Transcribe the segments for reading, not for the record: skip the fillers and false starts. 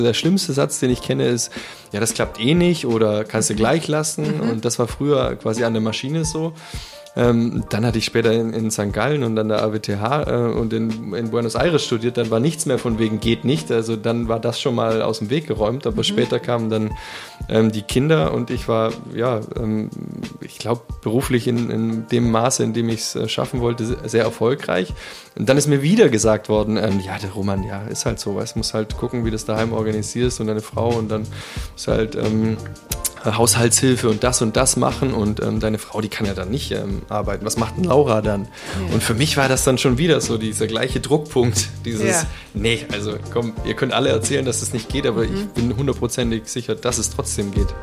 Der schlimmste Satz, den ich kenne, ist, ja, das klappt eh nicht oder kannst du gleich lassen. Und das war früher quasi an der Maschine so. Dann hatte ich später in St. Gallen und an der AWTH und in Buenos Aires studiert, dann war nichts mehr von wegen geht nicht, also dann war das schon mal aus dem Weg geräumt, aber später kamen dann die Kinder und ich war, ich glaube beruflich in dem Maße, in dem ich es schaffen wollte, sehr erfolgreich. Und dann ist mir wieder gesagt worden, der Roman, ja, ist halt so, weißt, muss halt gucken, wie du das daheim organisierst und deine Frau und dann ist halt Haushaltshilfe und das machen und deine Frau, die kann ja dann nicht arbeiten. Was macht denn Laura dann? Ja. Und für mich war das dann schon wieder so dieser gleiche Druckpunkt, nee, also komm, ihr könnt alle erzählen, dass es nicht geht, aber ich bin 100%ig sicher, dass es trotzdem geht.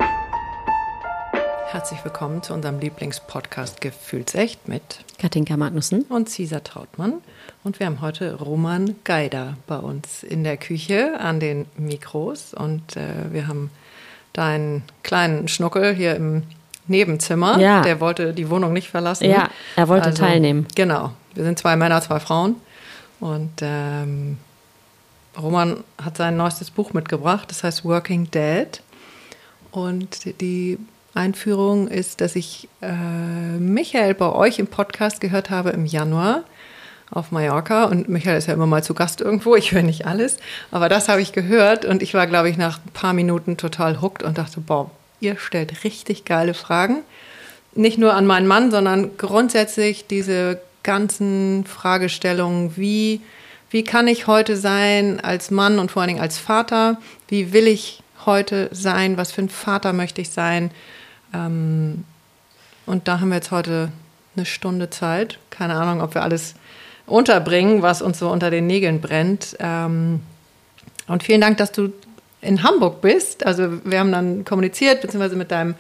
Herzlich willkommen zu unserem Lieblingspodcast Gefühlsecht mit Katinka Magnussen und Cesar Trautmann. Und wir haben heute Roman Geider bei uns in der Küche an den Mikros und wir haben deinen kleinen Schnuckel hier im Nebenzimmer. Ja. Der wollte die Wohnung nicht verlassen. Ja, er wollte teilnehmen. Genau. Wir sind 2 Männer, 2 Frauen. Und Roman hat sein neuestes Buch mitgebracht. Das heißt Working Dead. Und die Einführung ist, dass ich Michael bei euch im Podcast gehört habe im Januar auf Mallorca. Und Michael ist ja immer mal zu Gast irgendwo. Ich höre nicht alles. Aber das habe ich gehört. Und ich war, glaube ich, nach ein paar Minuten total hooked und dachte, boah, ihr stellt richtig geile Fragen. Nicht nur an meinen Mann, sondern grundsätzlich diese ganzen Fragestellungen. Wie kann ich heute sein als Mann und vor allen Dingen als Vater? Wie will ich heute sein? Was für ein Vater möchte ich sein? Und da haben wir jetzt heute eine Stunde Zeit. Keine Ahnung, ob wir alles unterbringen, was uns so unter den Nägeln brennt. Und vielen Dank, dass du in Hamburg bist. Also wir haben dann kommuniziert, beziehungsweise mit deinem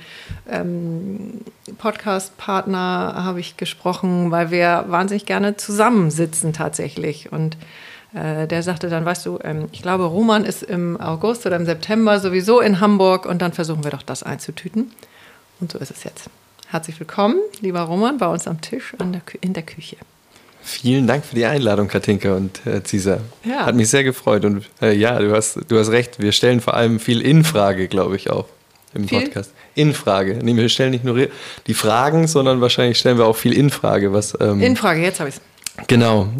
Podcast-Partner habe ich gesprochen, weil wir wahnsinnig gerne zusammensitzen tatsächlich. Und der sagte dann, weißt du, ich glaube, Roman ist im August oder im September sowieso in Hamburg und dann versuchen wir doch das einzutüten. Und so ist es jetzt. Herzlich willkommen, lieber Roman, bei uns am Tisch in der Küche. Vielen Dank für die Einladung, Katinka und Cesar. Ja. Hat mich sehr gefreut. Und du hast recht, wir stellen vor allem viel In-Frage, glaube ich, auch im Podcast. In-Frage. Nee, wir stellen nicht nur die Fragen, sondern wahrscheinlich stellen wir auch viel In-Frage. In-Frage, jetzt habe ich es. Genau,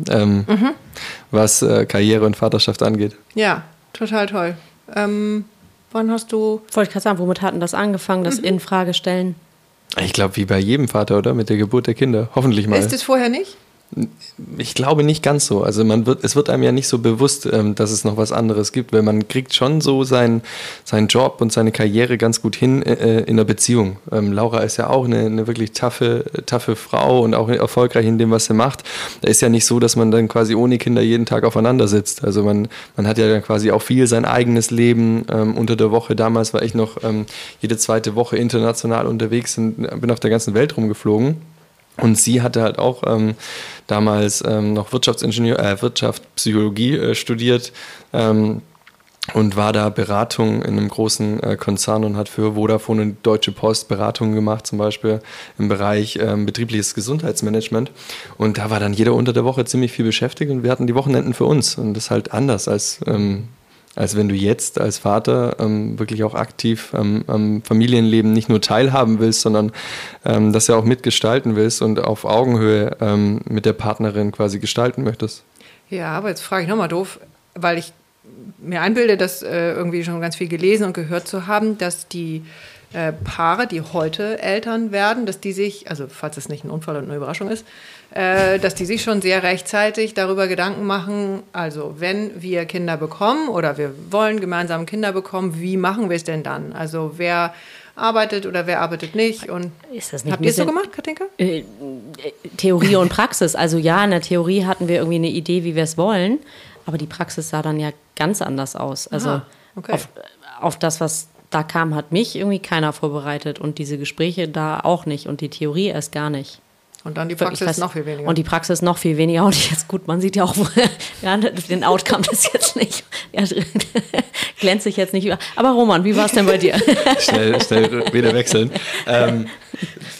was Karriere und Vaterschaft angeht. Ja, total toll. Wann hast du... Wollte ich gerade sagen, womit hatten das angefangen, das In-Frage stellen? Ich glaube, wie bei jedem Vater, oder? Mit der Geburt der Kinder. Hoffentlich mal. Ist es vorher nicht? Ich glaube nicht ganz so. Also es wird einem ja nicht so bewusst, dass es noch was anderes gibt, weil man kriegt schon so seinen Job und seine Karriere ganz gut hin in der Beziehung. Laura ist ja auch eine wirklich taffe Frau und auch erfolgreich in dem, was sie macht. Da ist ja nicht so, dass man dann quasi ohne Kinder jeden Tag aufeinander sitzt. Also man hat ja dann quasi auch viel sein eigenes Leben unter der Woche. Damals war ich noch jede zweite Woche international unterwegs und bin auf der ganzen Welt rumgeflogen. Und sie hatte halt auch damals noch Wirtschaftspsychologie studiert und war da Beratung in einem großen Konzern und hat für Vodafone und Deutsche Post Beratungen gemacht, zum Beispiel im Bereich betriebliches Gesundheitsmanagement. Und da war dann jeder unter der Woche ziemlich viel beschäftigt und wir hatten die Wochenenden für uns. Und das ist halt anders als wenn du jetzt als Vater wirklich auch aktiv am Familienleben nicht nur teilhaben willst, sondern das ja auch mitgestalten willst und auf Augenhöhe mit der Partnerin quasi gestalten möchtest. Ja, aber jetzt frage ich nochmal doof, weil ich mir einbilde, dass irgendwie schon ganz viel gelesen und gehört zu haben, dass die Paare, die heute Eltern werden, dass die sich, also falls es nicht ein Unfall und eine Überraschung ist, dass die sich schon sehr rechtzeitig darüber Gedanken machen, also wenn wir Kinder bekommen oder wir wollen gemeinsam Kinder bekommen, wie machen wir es denn dann? Also wer arbeitet oder wer arbeitet nicht? Und ist das nicht habt ihr es so gemacht, Katinka? Theorie und Praxis. Also ja, in der Theorie hatten wir irgendwie eine Idee, wie wir es wollen, aber die Praxis sah dann ja ganz anders aus. Also Aha, okay. auf das, was da kam, hat mich irgendwie keiner vorbereitet und diese Gespräche da auch nicht und die Theorie erst gar nicht. Und dann die Praxis noch viel weniger. Und die Praxis noch viel weniger. Und jetzt gut, man sieht ja auch, ja, den Outcome ist jetzt nicht, ja, glänze ich jetzt nicht über. Aber Roman, wie war es denn bei dir? Schnell wieder wechseln.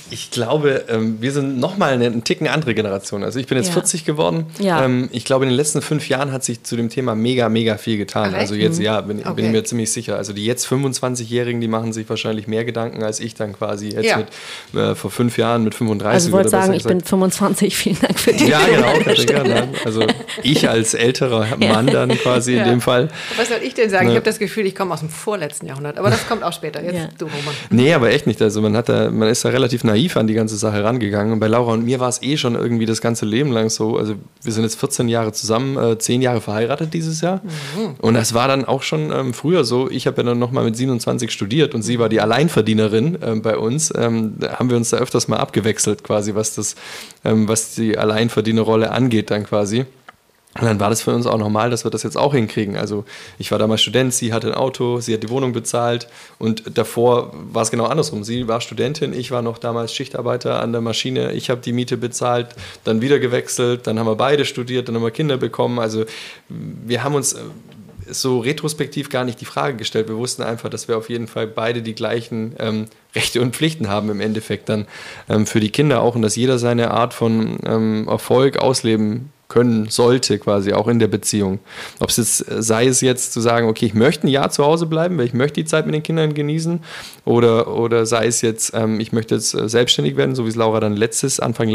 Ich glaube, wir sind nochmal einen Ticken andere Generation. Also ich bin jetzt 40 geworden. Ja. Ich glaube, in den letzten 5 Jahren hat sich zu dem Thema mega, mega viel getan. Ach, also echt? jetzt, bin ich mir ziemlich sicher. Also die jetzt 25-Jährigen, die machen sich wahrscheinlich mehr Gedanken als ich dann quasi jetzt vor 5 Jahren mit 35. Also ich wollte sagen, ich bin 25, vielen Dank für die Ja, genau, Katrinka, ne? Also ich als älterer Mann dann quasi in dem Fall. Was soll ich denn sagen? Ich habe das Gefühl, ich komme aus dem vorletzten Jahrhundert, aber das kommt auch später. Jetzt du, Roman. Nee, aber echt nicht. Also man ist da relativ naiv an die ganze Sache rangegangen. Und bei Laura und mir war es schon irgendwie das ganze Leben lang so. Also wir sind jetzt 14 Jahre zusammen, 10 Jahre verheiratet dieses Jahr. Und das war dann auch schon früher so. Ich habe ja dann nochmal mit 27 studiert und sie war die Alleinverdienerin bei uns. Da haben wir uns da öfters mal abgewechselt quasi, was die Alleinverdienerrolle angeht dann quasi. Und dann war das für uns auch normal, dass wir das jetzt auch hinkriegen. Also ich war damals Student, sie hatte ein Auto, sie hat die Wohnung bezahlt und davor war es genau andersrum. Sie war Studentin, ich war noch damals Schichtarbeiter an der Maschine, ich habe die Miete bezahlt, dann wieder gewechselt, dann haben wir beide studiert, dann haben wir Kinder bekommen. Also wir haben uns so retrospektiv gar nicht die Frage gestellt. Wir wussten einfach, dass wir auf jeden Fall beide die gleichen Rechte und Pflichten haben im Endeffekt dann für die Kinder auch und dass jeder seine Art von Erfolg ausleben können sollte, quasi auch in der Beziehung. Ob es jetzt, sei es jetzt zu sagen, okay, ich möchte ein Jahr zu Hause bleiben, weil ich möchte die Zeit mit den Kindern genießen, oder sei es jetzt, ich möchte jetzt selbstständig werden, so wie es Laura dann Anfang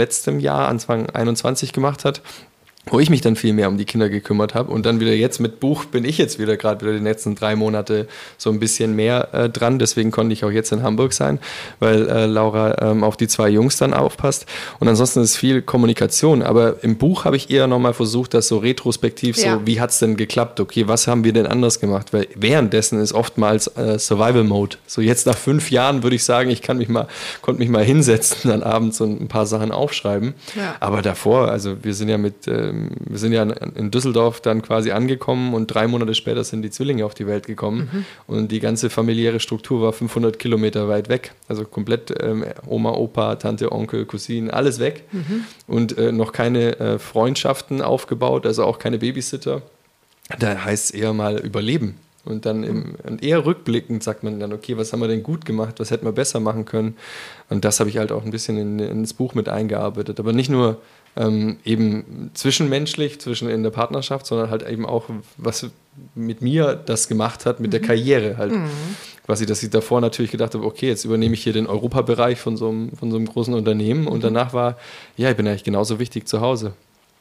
21 gemacht hat, wo ich mich dann viel mehr um die Kinder gekümmert habe und dann wieder jetzt mit Buch bin ich jetzt wieder gerade die letzten 3 Monate so ein bisschen mehr dran, deswegen konnte ich auch jetzt in Hamburg sein, weil Laura auf die 2 Jungs dann aufpasst und ansonsten ist viel Kommunikation, aber im Buch habe ich eher nochmal versucht, das so retrospektiv wie hat es denn geklappt, okay, was haben wir denn anders gemacht, weil währenddessen ist oftmals Survival Mode, so jetzt nach 5 Jahren würde ich sagen, ich konnte mich mal hinsetzen, dann abends und ein paar Sachen aufschreiben, aber davor, also wir sind ja in Düsseldorf dann quasi angekommen und 3 Monate später sind die Zwillinge auf die Welt gekommen und die ganze familiäre Struktur war 500 Kilometer weit weg. Also komplett Oma, Opa, Tante, Onkel, Cousinen, alles weg und noch keine Freundschaften aufgebaut, also auch keine Babysitter. Da heißt es eher mal überleben. Und dann eher rückblickend sagt man dann, okay, was haben wir denn gut gemacht, was hätten wir besser machen können? Und das habe ich halt auch ein bisschen ins Buch mit eingearbeitet. Aber nicht nur eben zwischenmenschlich, in der Partnerschaft, sondern halt eben auch, was mit mir das gemacht hat, mit der Karriere halt. Quasi, dass ich davor natürlich gedacht habe, okay, jetzt übernehme ich hier den Europabereich von so einem großen Unternehmen und danach war, ich bin eigentlich genauso wichtig zu Hause.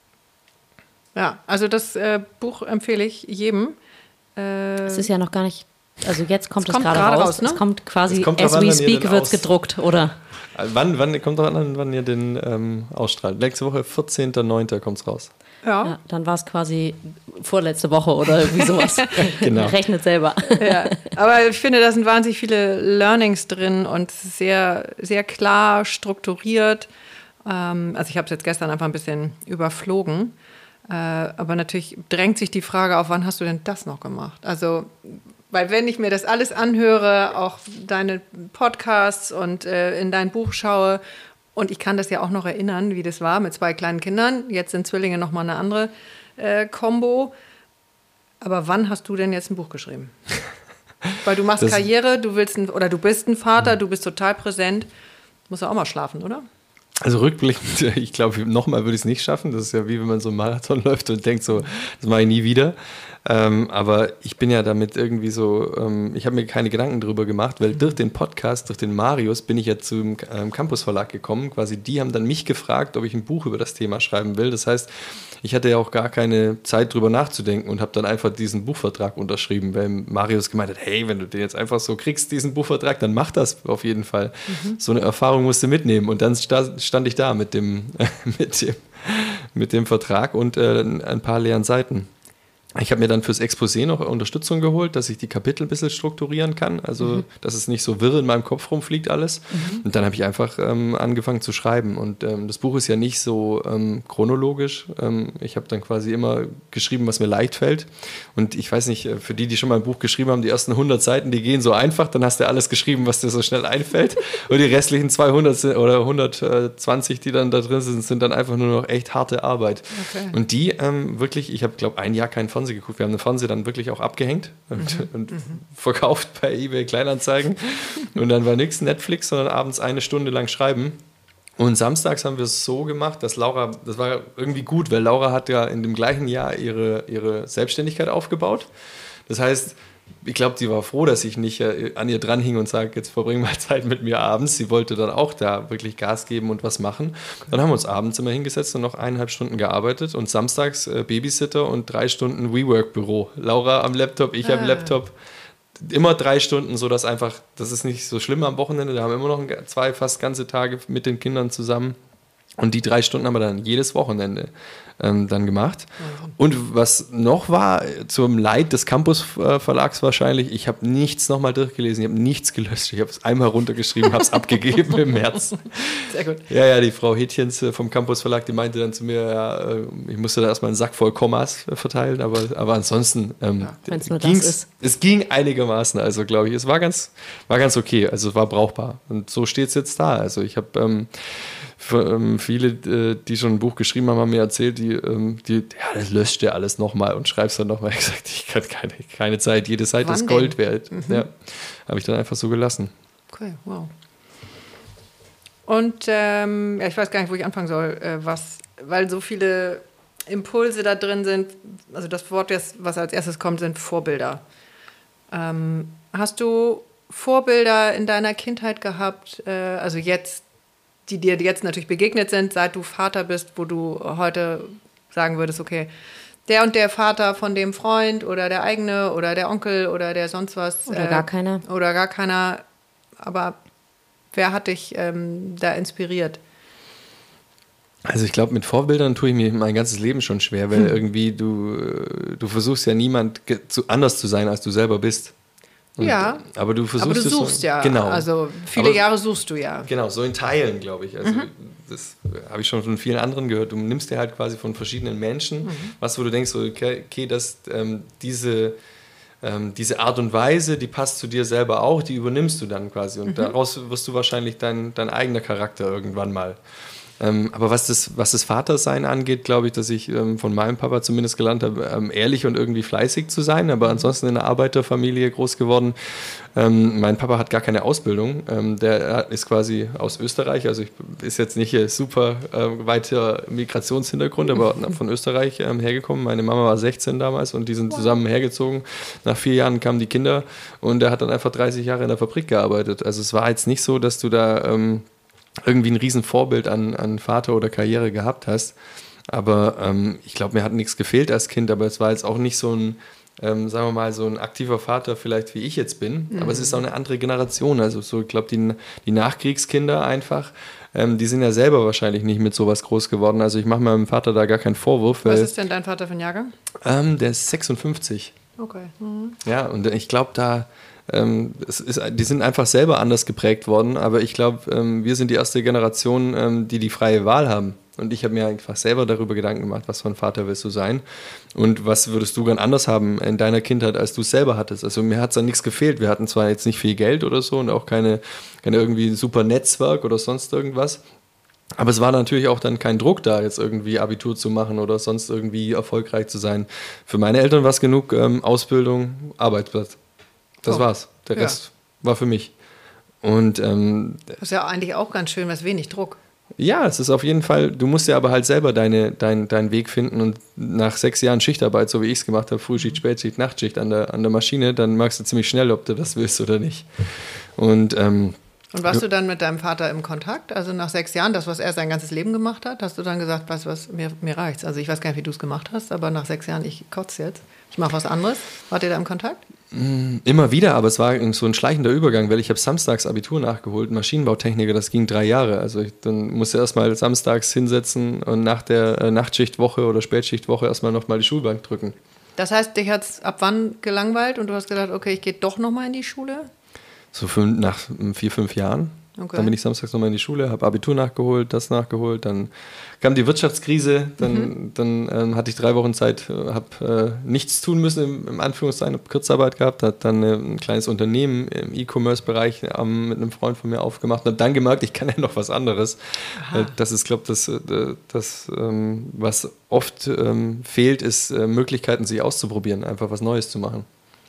Ja, also das Buch empfehle ich jedem. Es ist ja noch gar nicht, also jetzt kommt es gerade raus. Ne? Es kommt quasi, as we speak, wird es gedruckt, oder? Wann kommt doch an, wann ihr den ausstrahlt? Nächste Woche, 14.09. kommt es raus. Ja, dann war es quasi vorletzte Woche oder irgendwie sowas. Genau. Rechnet selber. Ja, aber ich finde, da sind wahnsinnig viele Learnings drin und sehr, sehr klar strukturiert. Also ich habe es jetzt gestern einfach ein bisschen überflogen. Aber natürlich drängt sich die Frage auf, wann hast du denn das noch gemacht? Also, weil wenn ich mir das alles anhöre, auch deine Podcasts und in dein Buch schaue, und ich kann das ja auch noch erinnern, wie das war mit 2 kleinen Kindern, jetzt sind Zwillinge nochmal eine andere Kombo. Aber wann hast du denn jetzt ein Buch geschrieben? Weil du machst Karriere, du bist ein Vater, du bist total präsent. Musst du auch mal schlafen, oder? Also rückblickend, ich glaube, nochmal würde ich es nicht schaffen. Das ist ja wie wenn man so einen Marathon läuft und denkt so, das mache ich nie wieder. Aber ich bin ja damit irgendwie so, ich habe mir keine Gedanken drüber gemacht, weil durch den Podcast, durch den Marius, bin ich ja zum Campus Verlag gekommen. Quasi die haben dann mich gefragt, ob ich ein Buch über das Thema schreiben will. Das heißt, ich hatte ja auch gar keine Zeit drüber nachzudenken und habe dann einfach diesen Buchvertrag unterschrieben, weil Marius gemeint hat, hey, wenn du den jetzt einfach so kriegst, diesen Buchvertrag, dann mach das auf jeden Fall. So eine Erfahrung musst du mitnehmen. Und dann stand ich da mit dem Vertrag und ein paar leeren Seiten. Ich habe mir dann fürs Exposé noch Unterstützung geholt, dass ich die Kapitel ein bisschen strukturieren kann, also dass es nicht so wirr in meinem Kopf rumfliegt alles. Und dann habe ich einfach angefangen zu schreiben. Und das Buch ist ja nicht so chronologisch. Ich habe dann quasi immer geschrieben, was mir leicht fällt. Und ich weiß nicht, für die schon mal ein Buch geschrieben haben, die ersten 100 Seiten, die gehen so einfach, dann hast du alles geschrieben, was dir so schnell einfällt. Und die restlichen 200 oder 120, die dann da drin sind, sind dann einfach nur noch echt harte Arbeit. Okay. Und die wirklich, ich habe, glaube ich, ein Jahr kein Fernsehen Fernsehen geguckt. Wir haben den Fernseher dann wirklich auch abgehängt und verkauft bei eBay Kleinanzeigen. Und dann war nichts Netflix, sondern abends 1 Stunde lang schreiben. Und samstags haben wir es so gemacht, dass Laura, das war irgendwie gut, weil Laura hat ja in dem gleichen Jahr ihre Selbstständigkeit aufgebaut. Das heißt, ich glaube, sie war froh, dass ich nicht an ihr dranhing und sage, jetzt verbring mal Zeit mit mir abends. Sie wollte dann auch da wirklich Gas geben und was machen. Dann haben wir uns abends immer hingesetzt und noch 1,5 Stunden gearbeitet und samstags Babysitter und 3 Stunden WeWork-Büro. Laura am Laptop, ich am Laptop. Immer 3 Stunden, sodass einfach, das ist nicht so schlimm am Wochenende, da haben wir immer noch 2 fast ganze Tage mit den Kindern zusammen. Und die 3 Stunden haben wir dann jedes Wochenende dann gemacht. Und was noch war, zum Leid des Campus-Verlags wahrscheinlich, ich habe nichts nochmal durchgelesen, ich habe nichts gelöscht. Ich habe es einmal runtergeschrieben, habe es abgegeben im März. Sehr gut. Ja, die Frau Hätchens vom Campus-Verlag, die meinte dann zu mir, ja, ich musste da erstmal einen Sack voll Kommas verteilen, aber ansonsten es ging einigermaßen, also glaube ich, es war ganz okay, also es war brauchbar. Und so steht es jetzt da. Also ich habe viele, die schon ein Buch geschrieben haben, haben mir erzählt, das löscht dir alles nochmal und schreibst dann nochmal. Ich gesagt, ich kann keine Zeit, jede Seite ist Gold wert. Ja, habe ich dann einfach so gelassen. Okay, wow. Und ich weiß gar nicht, wo ich anfangen soll, weil so viele Impulse da drin sind. Also das Wort, was als erstes kommt, sind Vorbilder. Hast du Vorbilder in deiner Kindheit gehabt, also jetzt, die dir jetzt natürlich begegnet sind, seit du Vater bist, wo du heute sagen würdest, okay, der und der Vater von dem Freund oder der eigene oder der Onkel oder der sonst was. Oder gar keiner. Oder gar keiner. Aber wer hat dich da inspiriert? Also ich glaube, mit Vorbildern tue ich mir mein ganzes Leben schon schwer, weil irgendwie du versuchst ja niemand anders zu sein, als du selber bist. Und, ja, aber du suchst so, ja. Genau. Also viele Jahre suchst du ja. Genau, so in Teilen, glaube ich. Also das habe ich schon von vielen anderen gehört. Du nimmst dir halt quasi von verschiedenen Menschen wo du denkst, so, okay, diese Art und Weise, die passt zu dir selber auch, die übernimmst du dann quasi. Und daraus wirst du wahrscheinlich dein eigener Charakter irgendwann mal. Aber was das Vatersein angeht, glaube ich, dass ich von meinem Papa zumindest gelernt habe, ehrlich und irgendwie fleißig zu sein, aber ansonsten in einer Arbeiterfamilie groß geworden. Mein Papa hat gar keine Ausbildung, der ist quasi aus Österreich, also ist jetzt nicht super weiter Migrationshintergrund, aber von Österreich hergekommen. Meine Mama war 16 damals und die sind zusammen hergezogen. Nach 4 Jahren kamen die Kinder und er hat dann einfach 30 Jahre in der Fabrik gearbeitet. Also es war jetzt nicht so, dass du da irgendwie ein Riesenvorbild an Vater oder Karriere gehabt hast. Aber ich glaube, mir hat nichts gefehlt als Kind, aber es war jetzt auch nicht so ein, sagen wir mal, so ein aktiver Vater vielleicht, wie ich jetzt bin. Aber es ist auch eine andere Generation. Also so, ich glaube, die Nachkriegskinder einfach, die sind ja selber wahrscheinlich nicht mit sowas groß geworden. Also ich mache meinem Vater da gar keinen Vorwurf. Was ist denn dein Vater für ein Jahrgang? Der ist 56. Okay. Ja, und ich glaube, die sind einfach selber anders geprägt worden, aber ich glaube, wir sind die erste Generation, die freie Wahl haben. Und ich habe mir einfach selber darüber Gedanken gemacht, was für ein Vater willst du sein und was würdest du gern anders haben in deiner Kindheit, als du es selber hattest. Also mir hat es dann nichts gefehlt. Wir hatten zwar jetzt nicht viel Geld oder so und auch keine irgendwie super Netzwerk oder sonst irgendwas. Aber es war natürlich auch dann kein Druck da, jetzt irgendwie Abitur zu machen oder sonst irgendwie erfolgreich zu sein. Für meine Eltern war es genug Ausbildung, Arbeitsplatz. Das war's. Der Rest war für mich. Und das ist ja eigentlich auch ganz schön, was wenig Druck. Ja, es ist auf jeden Fall, du musst ja aber halt selber deinen Weg finden und nach 6 Jahren Schichtarbeit, so wie ich es gemacht habe, Frühschicht, Spätschicht, Nachtschicht an der Maschine, dann merkst du ziemlich schnell, ob du das willst oder nicht. Und warst du dann mit deinem Vater im Kontakt? Also nach 6 Jahren, das, was er sein ganzes Leben gemacht hat, hast du dann gesagt, weißt du was, mir reicht's. Also ich weiß gar nicht, wie du es gemacht hast, aber nach 6 Jahren, ich kotze jetzt. Ich mache was anderes. Wart ihr da im Kontakt? Immer wieder, aber es war so ein schleichender Übergang, weil ich habe samstags Abitur nachgeholt, Maschinenbautechniker, das ging 3 Jahre. Also dann musste erst mal samstags hinsetzen und nach der Nachtschichtwoche oder Spätschichtwoche erstmal nochmal die Schulbank drücken. Das heißt, dich hat es ab wann gelangweilt und du hast gedacht, okay, ich gehe doch nochmal in die Schule? So nach 4, 5 Jahren. Okay. Dann bin ich samstags nochmal in die Schule, habe Abitur nachgeholt, dann kam die Wirtschaftskrise, dann hatte ich 3 Wochen Zeit, habe nichts tun müssen, im Anführungszeichen, habe Kurzarbeit gehabt, hat dann ein kleines Unternehmen im E-Commerce-Bereich mit einem Freund von mir aufgemacht und habe dann gemerkt, ich kann ja noch was anderes. Das ist, glaube ich, das was oft fehlt, ist Möglichkeiten, sich auszuprobieren, einfach was Neues zu machen.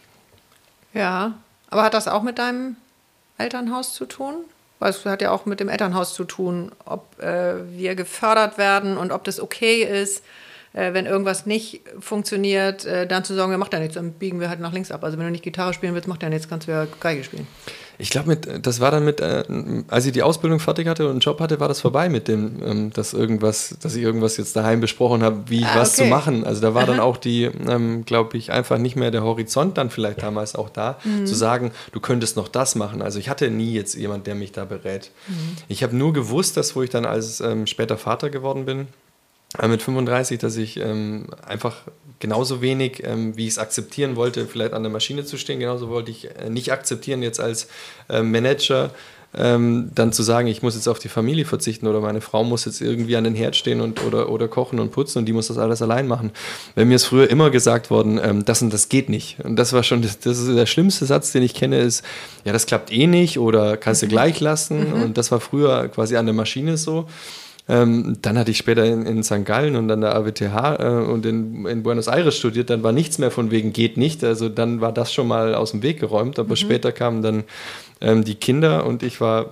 Ja, aber hat das auch mit deinem Elternhaus zu tun? Weil es hat ja auch mit dem Elternhaus zu tun, ob wir gefördert werden und ob das okay ist, wenn irgendwas nicht funktioniert, dann zu sagen, ja, macht ja nichts, dann biegen wir halt nach links ab. Also wenn du nicht Gitarre spielen willst, macht ja nichts, kannst du ja Geige spielen. Ich glaube, das war dann als ich die Ausbildung fertig hatte und einen Job hatte, war das vorbei mit dem, dass ich irgendwas jetzt daheim besprochen habe, wie was zu machen. Also da war dann auch die, glaube ich, einfach nicht mehr der Horizont dann vielleicht damals auch da, zu sagen, du könntest noch das machen. Also ich hatte nie jetzt jemand, der mich da berät. Ich habe nur gewusst, dass wo ich dann als später Vater geworden bin, mit 35, dass ich einfach genauso wenig, wie ich es akzeptieren wollte, vielleicht an der Maschine zu stehen, genauso wollte ich nicht akzeptieren, jetzt als Manager dann zu sagen, ich muss jetzt auf die Familie verzichten oder meine Frau muss jetzt irgendwie an den Herd stehen oder kochen und putzen und die muss das alles allein machen. Weil mir ist früher immer gesagt worden, das und das geht nicht. Und das war schon, das ist der schlimmste Satz, den ich kenne, ist, ja, das klappt eh nicht oder kannst du gleich lassen. Und das war früher quasi an der Maschine so. Dann hatte ich später in St. Gallen und an der AWTH und in Buenos Aires studiert, dann war nichts mehr von wegen geht nicht, also dann war das schon mal aus dem Weg geräumt, aber später kamen dann die Kinder und ich war,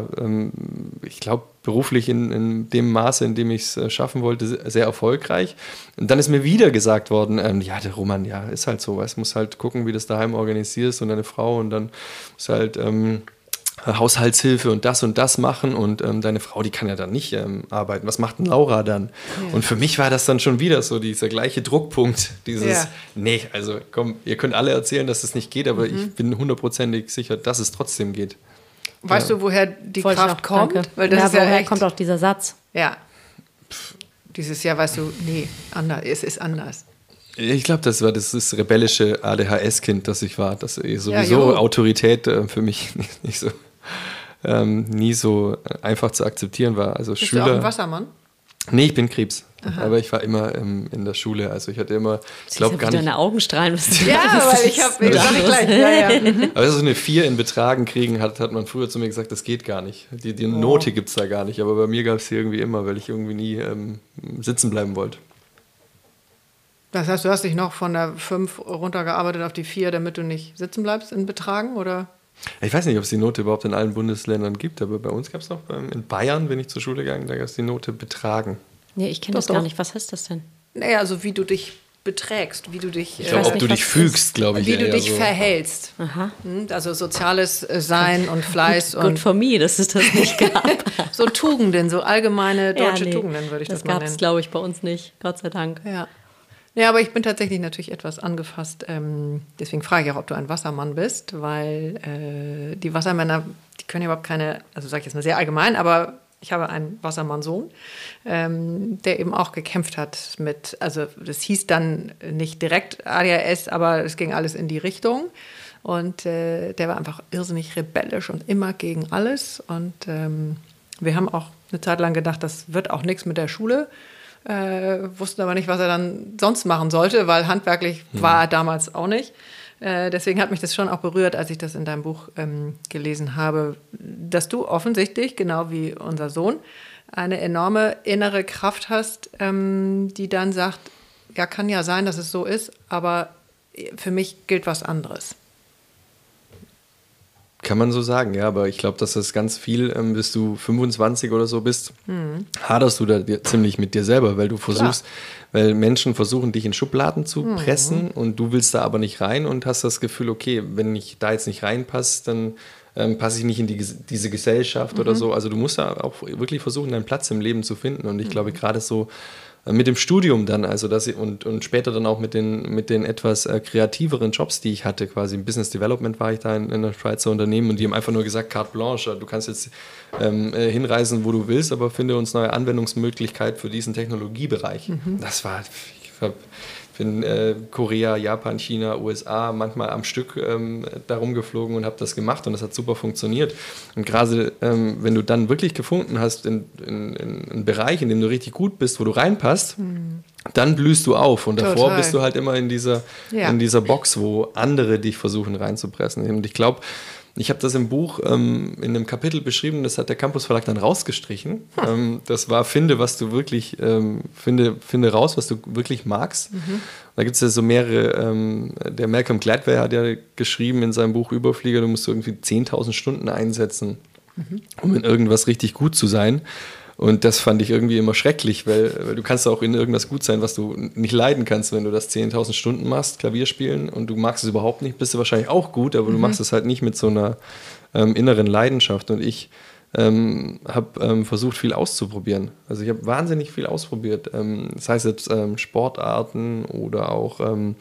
ich glaube, beruflich in dem Maße, in dem ich es schaffen wollte, sehr erfolgreich. Und dann ist mir wieder gesagt worden, der Roman, ja, ist halt so, es muss halt gucken, wie du das daheim organisierst und deine Frau und dann muss halt Haushaltshilfe und das machen und deine Frau, die kann ja dann nicht arbeiten. Was macht denn Laura dann? Ja. Und für mich war das dann schon wieder so dieser gleiche Druckpunkt, nee, also komm, ihr könnt alle erzählen, dass es nicht geht, aber ich bin 100%ig sicher, dass es trotzdem geht. Weißt du, woher die Kraft kommt? Danke. Weil das ist woher kommt auch dieser Satz? Ja. Dieses Jahr weißt du, nee, anders, es ist anders. Ich glaube, das ist rebellische ADHS-Kind, das ich war. Das ist sowieso Autorität für mich nicht so nie so einfach zu akzeptieren war. Also Bist Schüler. Du auch ein Wassermann? Nee, ich bin Krebs. Aha. Aber ich war immer in der Schule. Also ich hatte immer, ich glaube gar nicht. Deine Augen strahlen. Ja, weil ich sag ich gleich. Ja. Aber so eine 4 in Betragen kriegen, hat man früher zu mir gesagt, das geht gar nicht. Die Note gibt es da gar nicht. Aber bei mir gab es sie irgendwie immer, weil ich irgendwie nie sitzen bleiben wollte. Das heißt, du hast dich noch von der 5 runtergearbeitet auf die 4, damit du nicht sitzen bleibst in Betragen, oder? Ich weiß nicht, ob es die Note überhaupt in allen Bundesländern gibt, aber bei uns gab es noch, in Bayern bin ich zur Schule gegangen, da gab es die Note Betragen. Nee, ich kenne das gar nicht. Was heißt das denn? Naja, also wie du dich beträgst, wie du dich... Ich glaube, ob du dich fügst, glaube ich. Wie du dich so verhältst. Aha. Also soziales Sein und Fleiß. Good for me, dass es das nicht gab. So Tugenden, so allgemeine deutsche Tugenden würde ich das mal nennen. Das gab es, glaube ich, bei uns nicht, Gott sei Dank. Ja, aber ich bin tatsächlich natürlich etwas angefasst. Deswegen frage ich auch, ob du ein Wassermann bist, weil die Wassermänner, die können ja überhaupt keine, also sage ich jetzt mal sehr allgemein, aber ich habe einen Wassermann-Sohn, der eben auch gekämpft hat mit, also das hieß dann nicht direkt ADHS, aber es ging alles in die Richtung. Und der war einfach irrsinnig rebellisch und immer gegen alles. Und wir haben auch eine Zeit lang gedacht, das wird auch nichts mit der Schule. Wussten aber nicht, was er dann sonst machen sollte, weil handwerklich war er damals auch nicht. Deswegen hat mich das schon auch berührt, als ich das in deinem Buch gelesen habe, dass du offensichtlich, genau wie unser Sohn, eine enorme innere Kraft hast, die dann sagt, ja, kann ja sein, dass es so ist, aber für mich gilt was anderes. Kann man so sagen, ja, aber ich glaube, dass das ganz viel, bis du 25 oder so bist, haderst du da ziemlich mit dir selber, weil du versuchst, weil Menschen versuchen, dich in Schubladen zu pressen und du willst da aber nicht rein und hast das Gefühl, okay, wenn ich da jetzt nicht reinpasse, dann passe ich nicht in diese Gesellschaft oder so. Also du musst da auch wirklich versuchen, deinen Platz im Leben zu finden und ich glaube, gerade so mit dem Studium dann, also und später dann auch mit den etwas kreativeren Jobs, die ich hatte, quasi im Business Development war ich da in einem Schweizer Unternehmen und die haben einfach nur gesagt, carte blanche, du kannst jetzt hinreisen, wo du willst, aber finde uns neue Anwendungsmöglichkeit für diesen Technologiebereich. Das war, bin Korea, Japan, China, USA manchmal am Stück darum geflogen und habe das gemacht und das hat super funktioniert. Und gerade wenn du dann wirklich gefunden hast in einen Bereich, in dem du richtig gut bist, wo du reinpasst, dann blühst du auf. Und davor Total. bist du halt immer in dieser Box, wo andere dich versuchen reinzupressen. Und ich glaube, ich habe das im Buch in einem Kapitel beschrieben, das hat der Campus Verlag dann rausgestrichen. Das war, finde raus, was du wirklich magst. Da gibt es ja so mehrere, der Malcolm Gladwell hat ja geschrieben in seinem Buch Überflieger, du musst irgendwie 10.000 Stunden einsetzen, um in irgendwas richtig gut zu sein. Und das fand ich irgendwie immer schrecklich, weil du kannst auch in irgendwas gut sein, was du nicht leiden kannst, wenn du das 10.000 Stunden machst, Klavier spielen und du magst es überhaupt nicht, bist du wahrscheinlich auch gut, aber du machst es halt nicht mit so einer inneren Leidenschaft. Und ich habe versucht, viel auszuprobieren. Also ich habe wahnsinnig viel ausprobiert. Das heißt jetzt Sportarten oder auch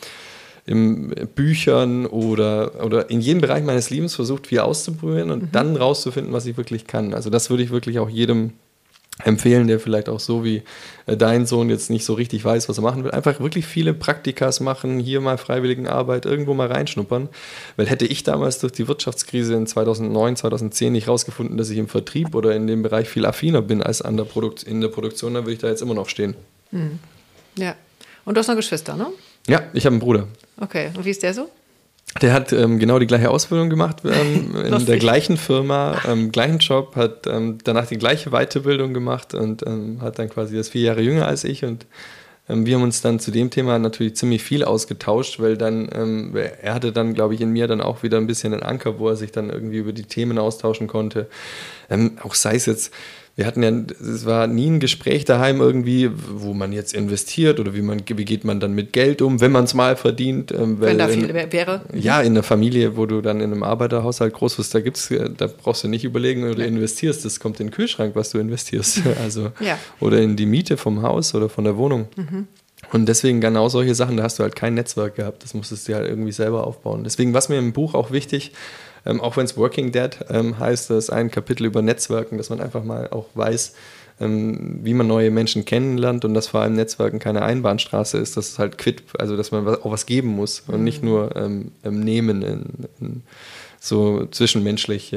in Büchern oder in jedem Bereich meines Lebens versucht, viel auszuprobieren und dann rauszufinden, was ich wirklich kann. Also das würde ich wirklich auch jedem empfehlen, der vielleicht auch so wie dein Sohn jetzt nicht so richtig weiß, was er machen will. Einfach wirklich viele Praktikas machen, hier mal Freiwilligenarbeit, irgendwo mal reinschnuppern. Weil hätte ich damals durch die Wirtschaftskrise in 2009, 2010 nicht rausgefunden, dass ich im Vertrieb oder in dem Bereich viel affiner bin als in der Produktion, dann würde ich da jetzt immer noch stehen. Ja. Und du hast noch Geschwister, ne? Ja, ich habe einen Bruder. Okay. Und wie ist der so? Der hat genau die gleiche Ausbildung gemacht, in der gleichen Firma, gleichen Job, hat danach die gleiche Weiterbildung gemacht und hat dann quasi das 4 Jahre jünger als ich. Und wir haben uns dann zu dem Thema natürlich ziemlich viel ausgetauscht, weil dann, er hatte dann, glaube ich, in mir dann auch wieder ein bisschen einen Anker, wo er sich dann irgendwie über die Themen austauschen konnte. Auch sei es jetzt, es war nie ein Gespräch daheim irgendwie, wo man jetzt investiert oder wie geht man dann mit Geld um, wenn man es mal verdient. Wenn da viel wäre. Ja, in einer Familie, wo du dann in einem Arbeiterhaushalt groß wirst, da brauchst du nicht überlegen, oder du investierst, das kommt in den Kühlschrank, was du investierst. Also, oder in die Miete vom Haus oder von der Wohnung. Und deswegen genau solche Sachen, da hast du halt kein Netzwerk gehabt, das musstest du halt irgendwie selber aufbauen. Deswegen war es mir im Buch auch wichtig, auch wenn es Working Dad heißt, das ist ein Kapitel über Netzwerken, dass man einfach mal auch weiß, wie man neue Menschen kennenlernt und dass vor allem Netzwerken keine Einbahnstraße ist, dass es halt also dass man auch was geben muss und nicht nur nehmen in so zwischenmenschlich.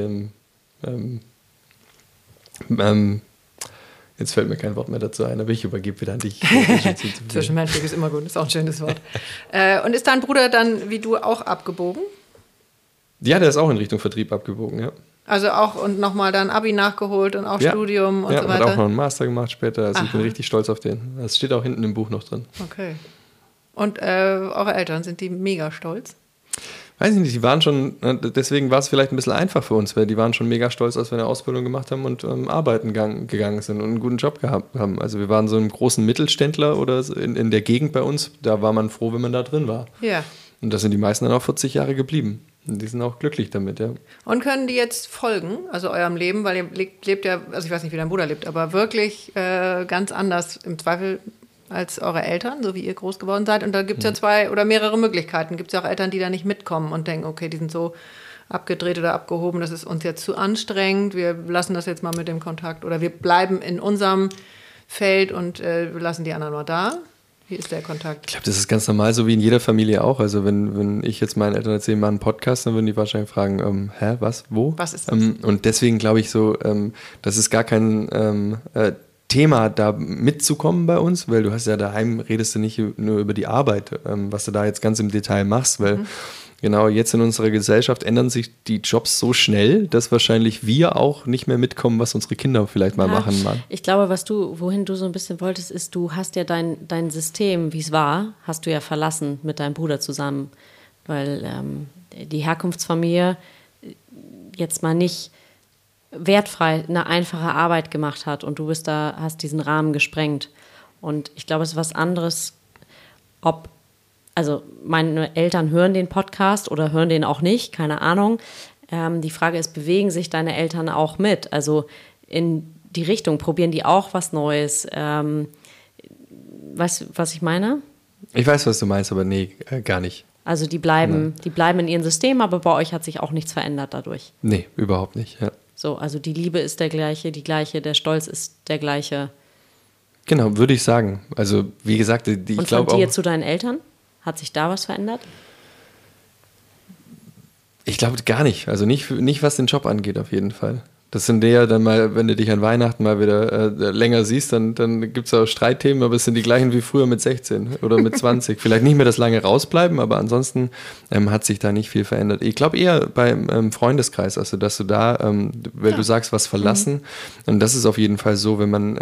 Jetzt fällt mir kein Wort mehr dazu ein, aber ich übergebe wieder an dich. Zwischenmenschlich ist immer gut, ist auch ein schönes Wort. Und ist dein Bruder dann wie du auch abgebogen? Ja, der ist auch in Richtung Vertrieb abgebogen, ja. Also auch und nochmal dann Abi nachgeholt und auch Studium und so weiter? Ja, hat auch noch einen Master gemacht später, also ich bin richtig stolz auf den. Das steht auch hinten im Buch noch drin. Okay. Und eure Eltern, sind die mega stolz? Weiß ich nicht, die waren schon, deswegen war es vielleicht ein bisschen einfach für uns, weil die waren schon mega stolz, als wir eine Ausbildung gemacht haben und arbeiten gegangen sind und einen guten Job gehabt haben. Also wir waren so einem großen Mittelständler oder in der Gegend bei uns, da war man froh, wenn man da drin war. Ja. Und da sind die meisten dann auch 40 Jahre geblieben. Und die sind auch glücklich damit, ja. Und können die jetzt folgen, also eurem Leben, weil ihr lebt ja, also ich weiß nicht, wie dein Bruder lebt, aber wirklich ganz anders im Zweifel als eure Eltern, so wie ihr groß geworden seid. Und da gibt es ja 2 oder mehrere Möglichkeiten. Gibt es ja auch Eltern, die da nicht mitkommen und denken, okay, die sind so abgedreht oder abgehoben, das ist uns jetzt zu anstrengend, wir lassen das jetzt mal mit dem Kontakt oder wir bleiben in unserem Feld und wir lassen die anderen mal da. Wie ist der Kontakt? Ich glaube, das ist ganz normal, so wie in jeder Familie auch. Also wenn ich jetzt meinen Eltern erzähle, mal einen Podcast, dann würden die wahrscheinlich fragen, hä, was, wo? Was ist das? Und deswegen glaube ich so, das ist gar kein Thema, da mitzukommen bei uns, weil du hast ja daheim, redest du nicht nur über die Arbeit, was du da jetzt ganz im Detail machst, weil genau jetzt in unserer Gesellschaft ändern sich die Jobs so schnell, dass wahrscheinlich wir auch nicht mehr mitkommen, was unsere Kinder vielleicht mal machen. Ich glaube, wohin du so ein bisschen wolltest, ist, du hast ja dein System, wie es war, hast du ja verlassen mit deinem Bruder zusammen, weil die Herkunftsfamilie jetzt mal nicht wertfrei eine einfache Arbeit gemacht hat und du hast diesen Rahmen gesprengt. Und ich glaube, es ist was anderes, also meine Eltern hören den Podcast oder hören den auch nicht, keine Ahnung. Die Frage ist, bewegen sich deine Eltern auch mit? Also in die Richtung, probieren die auch was Neues? Weißt du, was ich meine? Ich weiß, was du meinst, aber nee, gar nicht. Also die bleiben in ihrem System, aber bei euch hat sich auch nichts verändert dadurch. Nee, überhaupt nicht, ja. So, also die Liebe ist die gleiche, der Stolz ist der gleiche. Genau, würde ich sagen. Also wie gesagt, ich glaube auch... Und von dir zu deinen Eltern? Hat sich da was verändert? Ich glaube gar nicht. Also nicht was den Job angeht, auf jeden Fall. Das sind ja dann mal, wenn du dich an Weihnachten mal wieder länger siehst, dann gibt es auch Streitthemen, aber es sind die gleichen wie früher mit 16 oder mit 20. Vielleicht nicht mehr das lange rausbleiben, aber ansonsten hat sich da nicht viel verändert. Ich glaube eher beim Freundeskreis, also dass du da, weil du sagst, was verlassen. Und das ist auf jeden Fall so, wenn man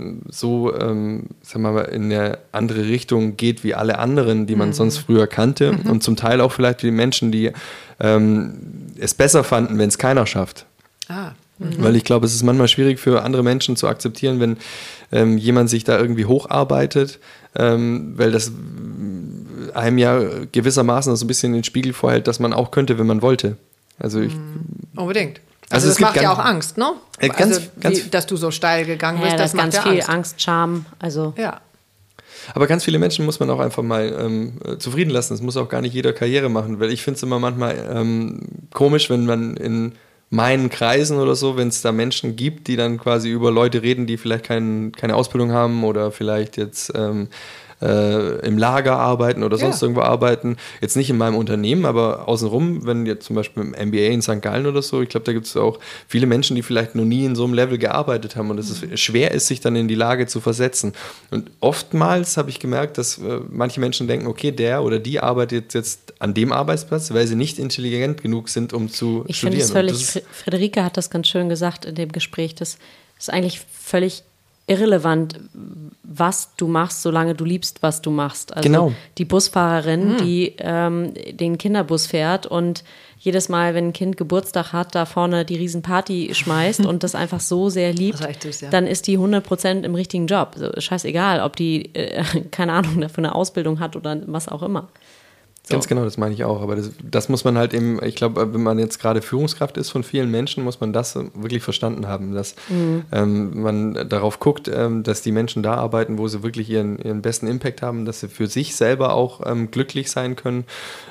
sagen wir mal, in eine andere Richtung geht wie alle anderen, die man sonst früher kannte. Und zum Teil auch vielleicht die Menschen, die es besser fanden, wenn es keiner schafft. Weil ich glaube, es ist manchmal schwierig für andere Menschen zu akzeptieren, wenn jemand sich da irgendwie hocharbeitet, weil das einem ja gewissermaßen so ein bisschen den Spiegel vorhält, dass man auch könnte, wenn man wollte. Also unbedingt. Also das macht ja auch Angst, ne? Dass du so steil gegangen bist, das macht ganz ja viel Angst. Angst, Scham, also... Ja. Aber ganz viele Menschen muss man auch einfach mal zufrieden lassen. Es muss auch gar nicht jeder Karriere machen, weil ich finde es immer manchmal komisch, wenn man in meinen Kreisen oder so, wenn es da Menschen gibt, die dann quasi über Leute reden, die vielleicht keine Ausbildung haben oder vielleicht jetzt im Lager arbeiten oder sonst irgendwo arbeiten. Jetzt nicht in meinem Unternehmen, aber außenrum, wenn jetzt zum Beispiel im MBA in St. Gallen oder so, ich glaube, da gibt es auch viele Menschen, die vielleicht noch nie in so einem Level gearbeitet haben und es schwer ist, sich dann in die Lage zu versetzen. Und oftmals habe ich gemerkt, dass manche Menschen denken, okay, der oder die arbeitet jetzt an dem Arbeitsplatz, weil sie nicht intelligent genug sind, um zu ich studieren. Ich finde es völlig, Friederike hat das ganz schön gesagt in dem Gespräch, das ist eigentlich völlig irrelevant, was du machst, solange du liebst, was du machst. Also genau. Die Busfahrerin, die den Kinderbus fährt und jedes Mal, wenn ein Kind Geburtstag hat, da vorne die Riesenparty schmeißt und das einfach so sehr liebt, dann ist die 100% im richtigen Job. Also, scheißegal, ob die, keine Ahnung, dafür eine Ausbildung hat oder was auch immer. So. Ganz genau, das meine ich auch. Aber das muss man halt eben, ich glaube, wenn man jetzt gerade Führungskraft ist von vielen Menschen, muss man das wirklich verstanden haben, dass man darauf guckt, dass die Menschen da arbeiten, wo sie wirklich ihren besten Impact haben, dass sie für sich selber auch glücklich sein können.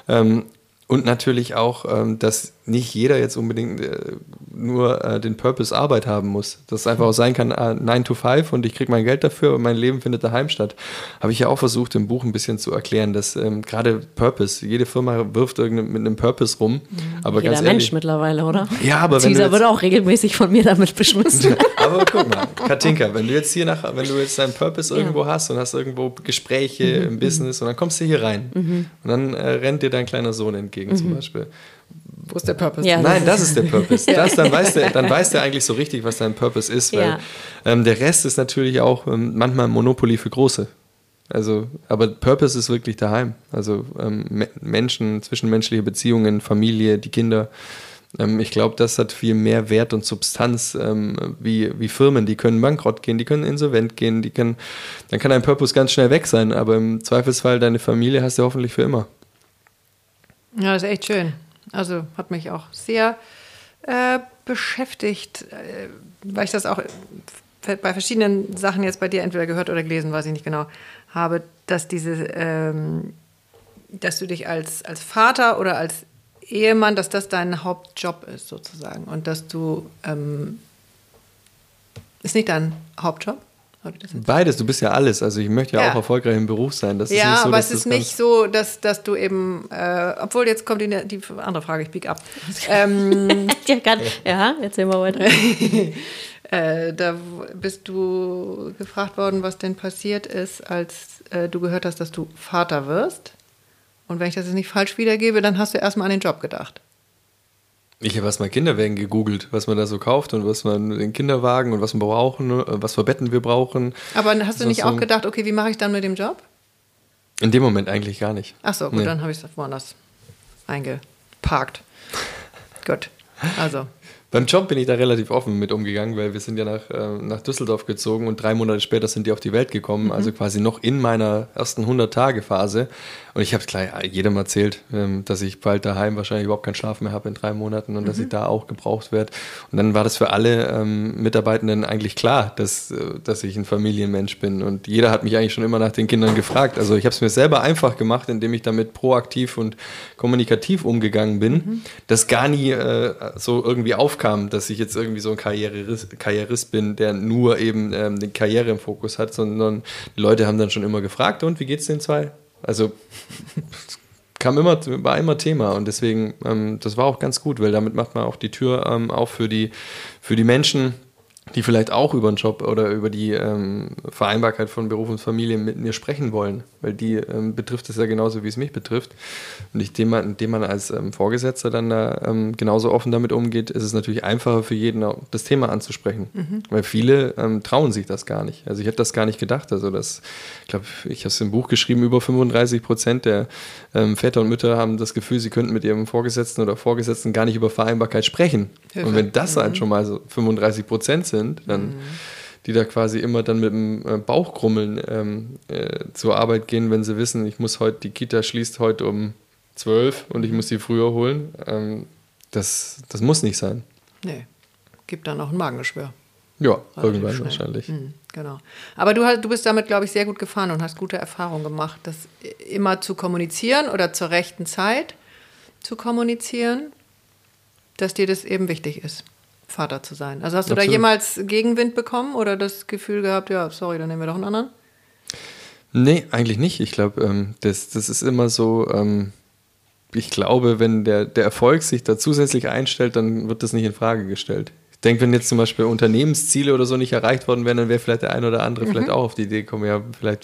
Und natürlich auch, dass nicht jeder jetzt unbedingt nur den Purpose Arbeit haben muss. Dass es einfach auch sein kann, 9 to 5 und ich kriege mein Geld dafür und mein Leben findet daheim statt. Habe ich ja auch versucht, im Buch ein bisschen zu erklären, dass gerade Purpose, jede Firma wirft mit einem Purpose rum. Aber jeder ganz ehrlich, Mensch mittlerweile, oder? Ja, aber Caesar wird auch regelmäßig von mir damit beschmissen. Aber guck mal, Katinka, wenn du jetzt deinen Purpose irgendwo hast und hast irgendwo Gespräche im Business und dann kommst du hier rein und dann rennt dir dein kleiner Sohn entgegen zum Beispiel. Wo ist der Purpose? Ja, nein, das ist der Purpose. Dann weiß der eigentlich so richtig, was dein Purpose ist, weil der Rest ist natürlich auch manchmal ein Monopoly für Große. Also, aber Purpose ist wirklich daheim. Also Menschen, zwischenmenschliche Beziehungen, Familie, die Kinder. Ich glaube, das hat viel mehr Wert und Substanz wie Firmen. Die können bankrott gehen, die können insolvent gehen, dann kann dein Purpose ganz schnell weg sein, aber im Zweifelsfall deine Familie hast du hoffentlich für immer. Ja, das ist echt schön. Also hat mich auch sehr beschäftigt, weil ich das auch bei verschiedenen Sachen jetzt bei dir entweder gehört oder gelesen, weiß ich nicht genau, habe, dass dass du dich als Vater oder als Ehemann, dass das dein Hauptjob ist sozusagen und dass du, ist nicht dein Hauptjob? Beides, du bist ja alles. Also ich möchte ja auch erfolgreich im Beruf sein. Das ist nicht so, aber es ist nicht so, dass du eben, obwohl jetzt kommt die andere Frage, ich bieg ab. Erzähl mal weiter. Da bist du gefragt worden, was denn passiert ist, als du gehört hast, dass du Vater wirst. Und wenn ich das jetzt nicht falsch wiedergebe, dann hast du erstmal an den Job gedacht. Ich habe erstmal Kinderwägen gegoogelt, was man da so kauft und was man den Kinderwagen und was wir brauchen, was für Betten wir brauchen. Aber hast du nicht auch gedacht, okay, wie mache ich dann mit dem Job? In dem Moment eigentlich gar nicht. Ach so, gut, dann habe ich es woanders eingeparkt. Gut, also. Beim Job bin ich da relativ offen mit umgegangen, weil wir sind ja nach Düsseldorf gezogen und 3 Monate später sind die auf die Welt gekommen, also quasi noch in meiner ersten 100-Tage-Phase. Und ich habe es gleich jedem erzählt, dass ich bald daheim wahrscheinlich überhaupt keinen Schlaf mehr habe in 3 Monaten und dass ich da auch gebraucht werde. Und dann war das für alle Mitarbeitenden eigentlich klar, dass ich ein Familienmensch bin. Und jeder hat mich eigentlich schon immer nach den Kindern gefragt. Also ich habe es mir selber einfach gemacht, indem ich damit proaktiv und kommunikativ umgegangen bin, dass gar nie so irgendwie aufkam, dass ich jetzt irgendwie so ein Karrierist bin, der nur eben die Karriere im Fokus hat, sondern die Leute haben dann schon immer gefragt, und wie geht's den 2? Also war immer Thema und deswegen, das war auch ganz gut, weil damit macht man auch die Tür auf für die Menschen, die vielleicht auch über den Job oder über die Vereinbarkeit von Beruf und Familie mit mir sprechen wollen, weil die betrifft es ja genauso, wie es mich betrifft. Und indem man als Vorgesetzter dann da genauso offen damit umgeht, ist es natürlich einfacher für jeden, auch das Thema anzusprechen. Weil viele trauen sich das gar nicht. Also ich hätte das gar nicht gedacht. Also ich glaube, ich habe es im Buch geschrieben, über 35% der Väter und Mütter haben das Gefühl, sie könnten mit ihrem Vorgesetzten oder Vorgesetzten gar nicht über Vereinbarkeit sprechen. Hilfe. Und wenn das halt schon mal so 35% sind, dann die da quasi immer dann mit dem Bauchkrummeln zur Arbeit gehen, wenn sie wissen, die Kita schließt heute um 12 und ich muss sie früher holen. Das muss nicht sein. Nee, gibt dann auch ein Magengeschwür. Ja, irgendwann wahrscheinlich. Genau. Aber du bist damit, glaube ich, sehr gut gefahren und hast gute Erfahrungen gemacht, das immer zu kommunizieren oder zur rechten Zeit zu kommunizieren, dass dir das eben wichtig ist, Vater zu sein. Also hast du da jemals Gegenwind bekommen oder das Gefühl gehabt, ja, sorry, dann nehmen wir doch einen anderen? Nee, eigentlich nicht. Ich glaube, das ist immer so, ich glaube, wenn der Erfolg sich da zusätzlich einstellt, dann wird das nicht in Frage gestellt. Ich denke, wenn jetzt zum Beispiel Unternehmensziele oder so nicht erreicht worden wären, dann wäre vielleicht der ein oder andere vielleicht auch auf die Idee gekommen, ja, vielleicht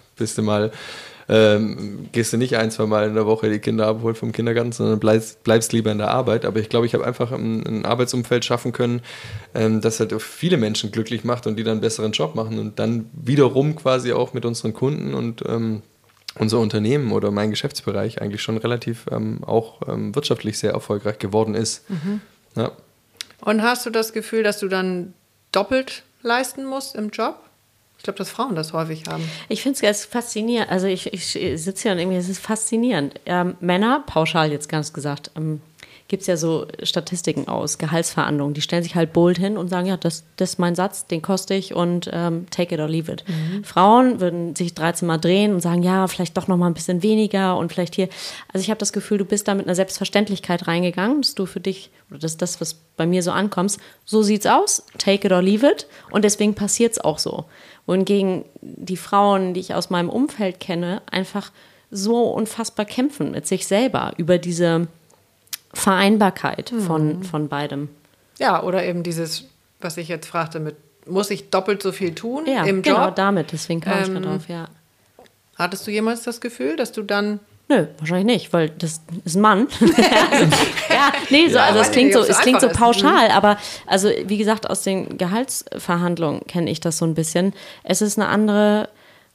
gehst du nicht 1-2 Mal in der Woche die Kinder abholen vom Kindergarten, sondern bleibst lieber in der Arbeit. Aber ich glaube, ich habe einfach ein Arbeitsumfeld schaffen können, das halt auch viele Menschen glücklich macht und die dann einen besseren Job machen und dann wiederum quasi auch mit unseren Kunden und unser Unternehmen oder mein Geschäftsbereich eigentlich schon relativ auch wirtschaftlich sehr erfolgreich geworden ist. Ja. Und hast du das Gefühl, dass du dann doppelt leisten musst im Job? Ich glaube, dass Frauen das häufig haben. Ich finde es ganz faszinierend. Also ich sitze hier und irgendwie, es ist faszinierend. Männer, pauschal jetzt ganz gesagt, gibt es ja so Statistiken aus, Gehaltsverhandlungen. Die stellen sich halt bold hin und sagen, ja, das ist mein Satz, den koste ich und take it or leave it. Frauen würden sich 13 Mal drehen und sagen, ja, vielleicht doch noch mal ein bisschen weniger und vielleicht hier. Also ich habe das Gefühl, du bist da mit einer Selbstverständlichkeit reingegangen, dass du für dich, oder das, was bei mir so ankommt, so sieht's aus, take it or leave it und deswegen passiert es auch so. Wohingegen die Frauen, die ich aus meinem Umfeld kenne, einfach so unfassbar kämpfen mit sich selber über diese Vereinbarkeit von beidem. Ja, oder eben dieses, was ich jetzt fragte, muss ich doppelt so viel tun im Job? Genau, damit, deswegen kam ich da drauf, ja. Hattest du jemals das Gefühl, dass du dann... Nö, wahrscheinlich nicht, weil das ist ein Mann. Also es klingt so pauschal, aber also wie gesagt, aus den Gehaltsverhandlungen kenne ich das so ein bisschen. Es ist eine andere,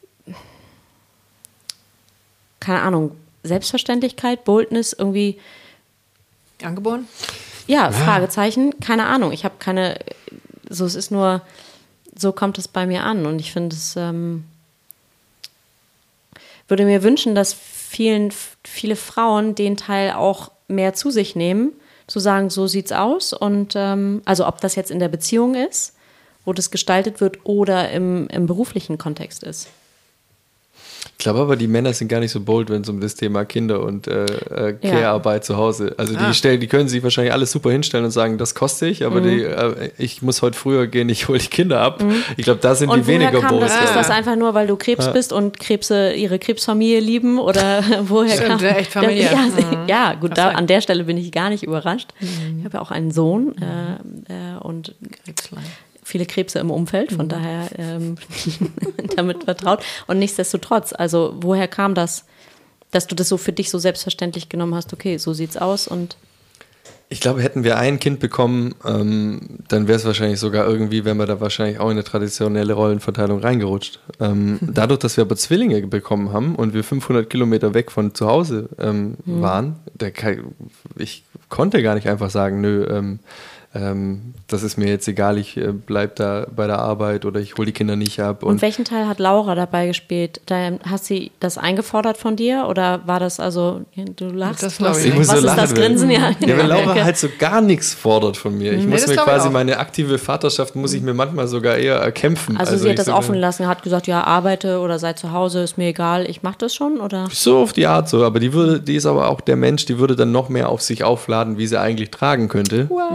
keine Ahnung, Selbstverständlichkeit, Boldness irgendwie. Angeboren? Ja, Fragezeichen, keine Ahnung. Ich habe es ist nur, so kommt es bei mir an und ich finde es, würde mir wünschen, dass viele Frauen den Teil auch mehr zu sich nehmen, zu sagen, so sieht's aus und also ob das jetzt in der Beziehung ist, wo das gestaltet wird oder im beruflichen Kontext ist. Ich glaube aber, die Männer sind gar nicht so bold, wenn es um das Thema Kinder und Care-Arbeit zu Hause. Also die können sich wahrscheinlich alles super hinstellen und sagen, das koste ich, aber ich muss heute früher gehen, ich hole die Kinder ab. Ich glaube, da sind die weniger bold. Ist das einfach nur, weil du Krebs bist und Krebse ihre Krebsfamilie lieben oder woher kam das? Echt Familie. Ja, gut, an der Stelle bin ich gar nicht überrascht. Ich habe ja auch einen Sohn und viele Krebse im Umfeld, von daher damit vertraut. Und nichtsdestotrotz, also woher kam das, dass du das so für dich so selbstverständlich genommen hast, okay, so sieht's aus und... Ich glaube, hätten wir ein Kind bekommen, dann wäre es wahrscheinlich sogar irgendwie, wären wir da wahrscheinlich auch in eine traditionelle Rollenverteilung reingerutscht. Dadurch, dass wir aber Zwillinge bekommen haben und wir 500 Kilometer weg von zu Hause waren, ich konnte gar nicht einfach sagen, nö, das ist mir jetzt egal, ich bleib da bei der Arbeit oder ich hole die Kinder nicht ab. Und welchen Teil hat Laura dabei gespielt? Hat sie das eingefordert von dir oder war das also, du lachst? Das glaube ich. Ich muss was so ist das Grinsen? Ja, weil Laura halt so gar nichts fordert von mir. Ich muss mir quasi meine aktive Vaterschaft, muss ich mir manchmal sogar eher erkämpfen. Also sie hat das offen lassen, hat gesagt, ja, arbeite oder sei zu Hause, ist mir egal, ich mache das schon, oder? So auf die Art so, aber die ist aber auch der Mensch, die würde dann noch mehr auf sich aufladen, wie sie eigentlich tragen könnte. Wow. Also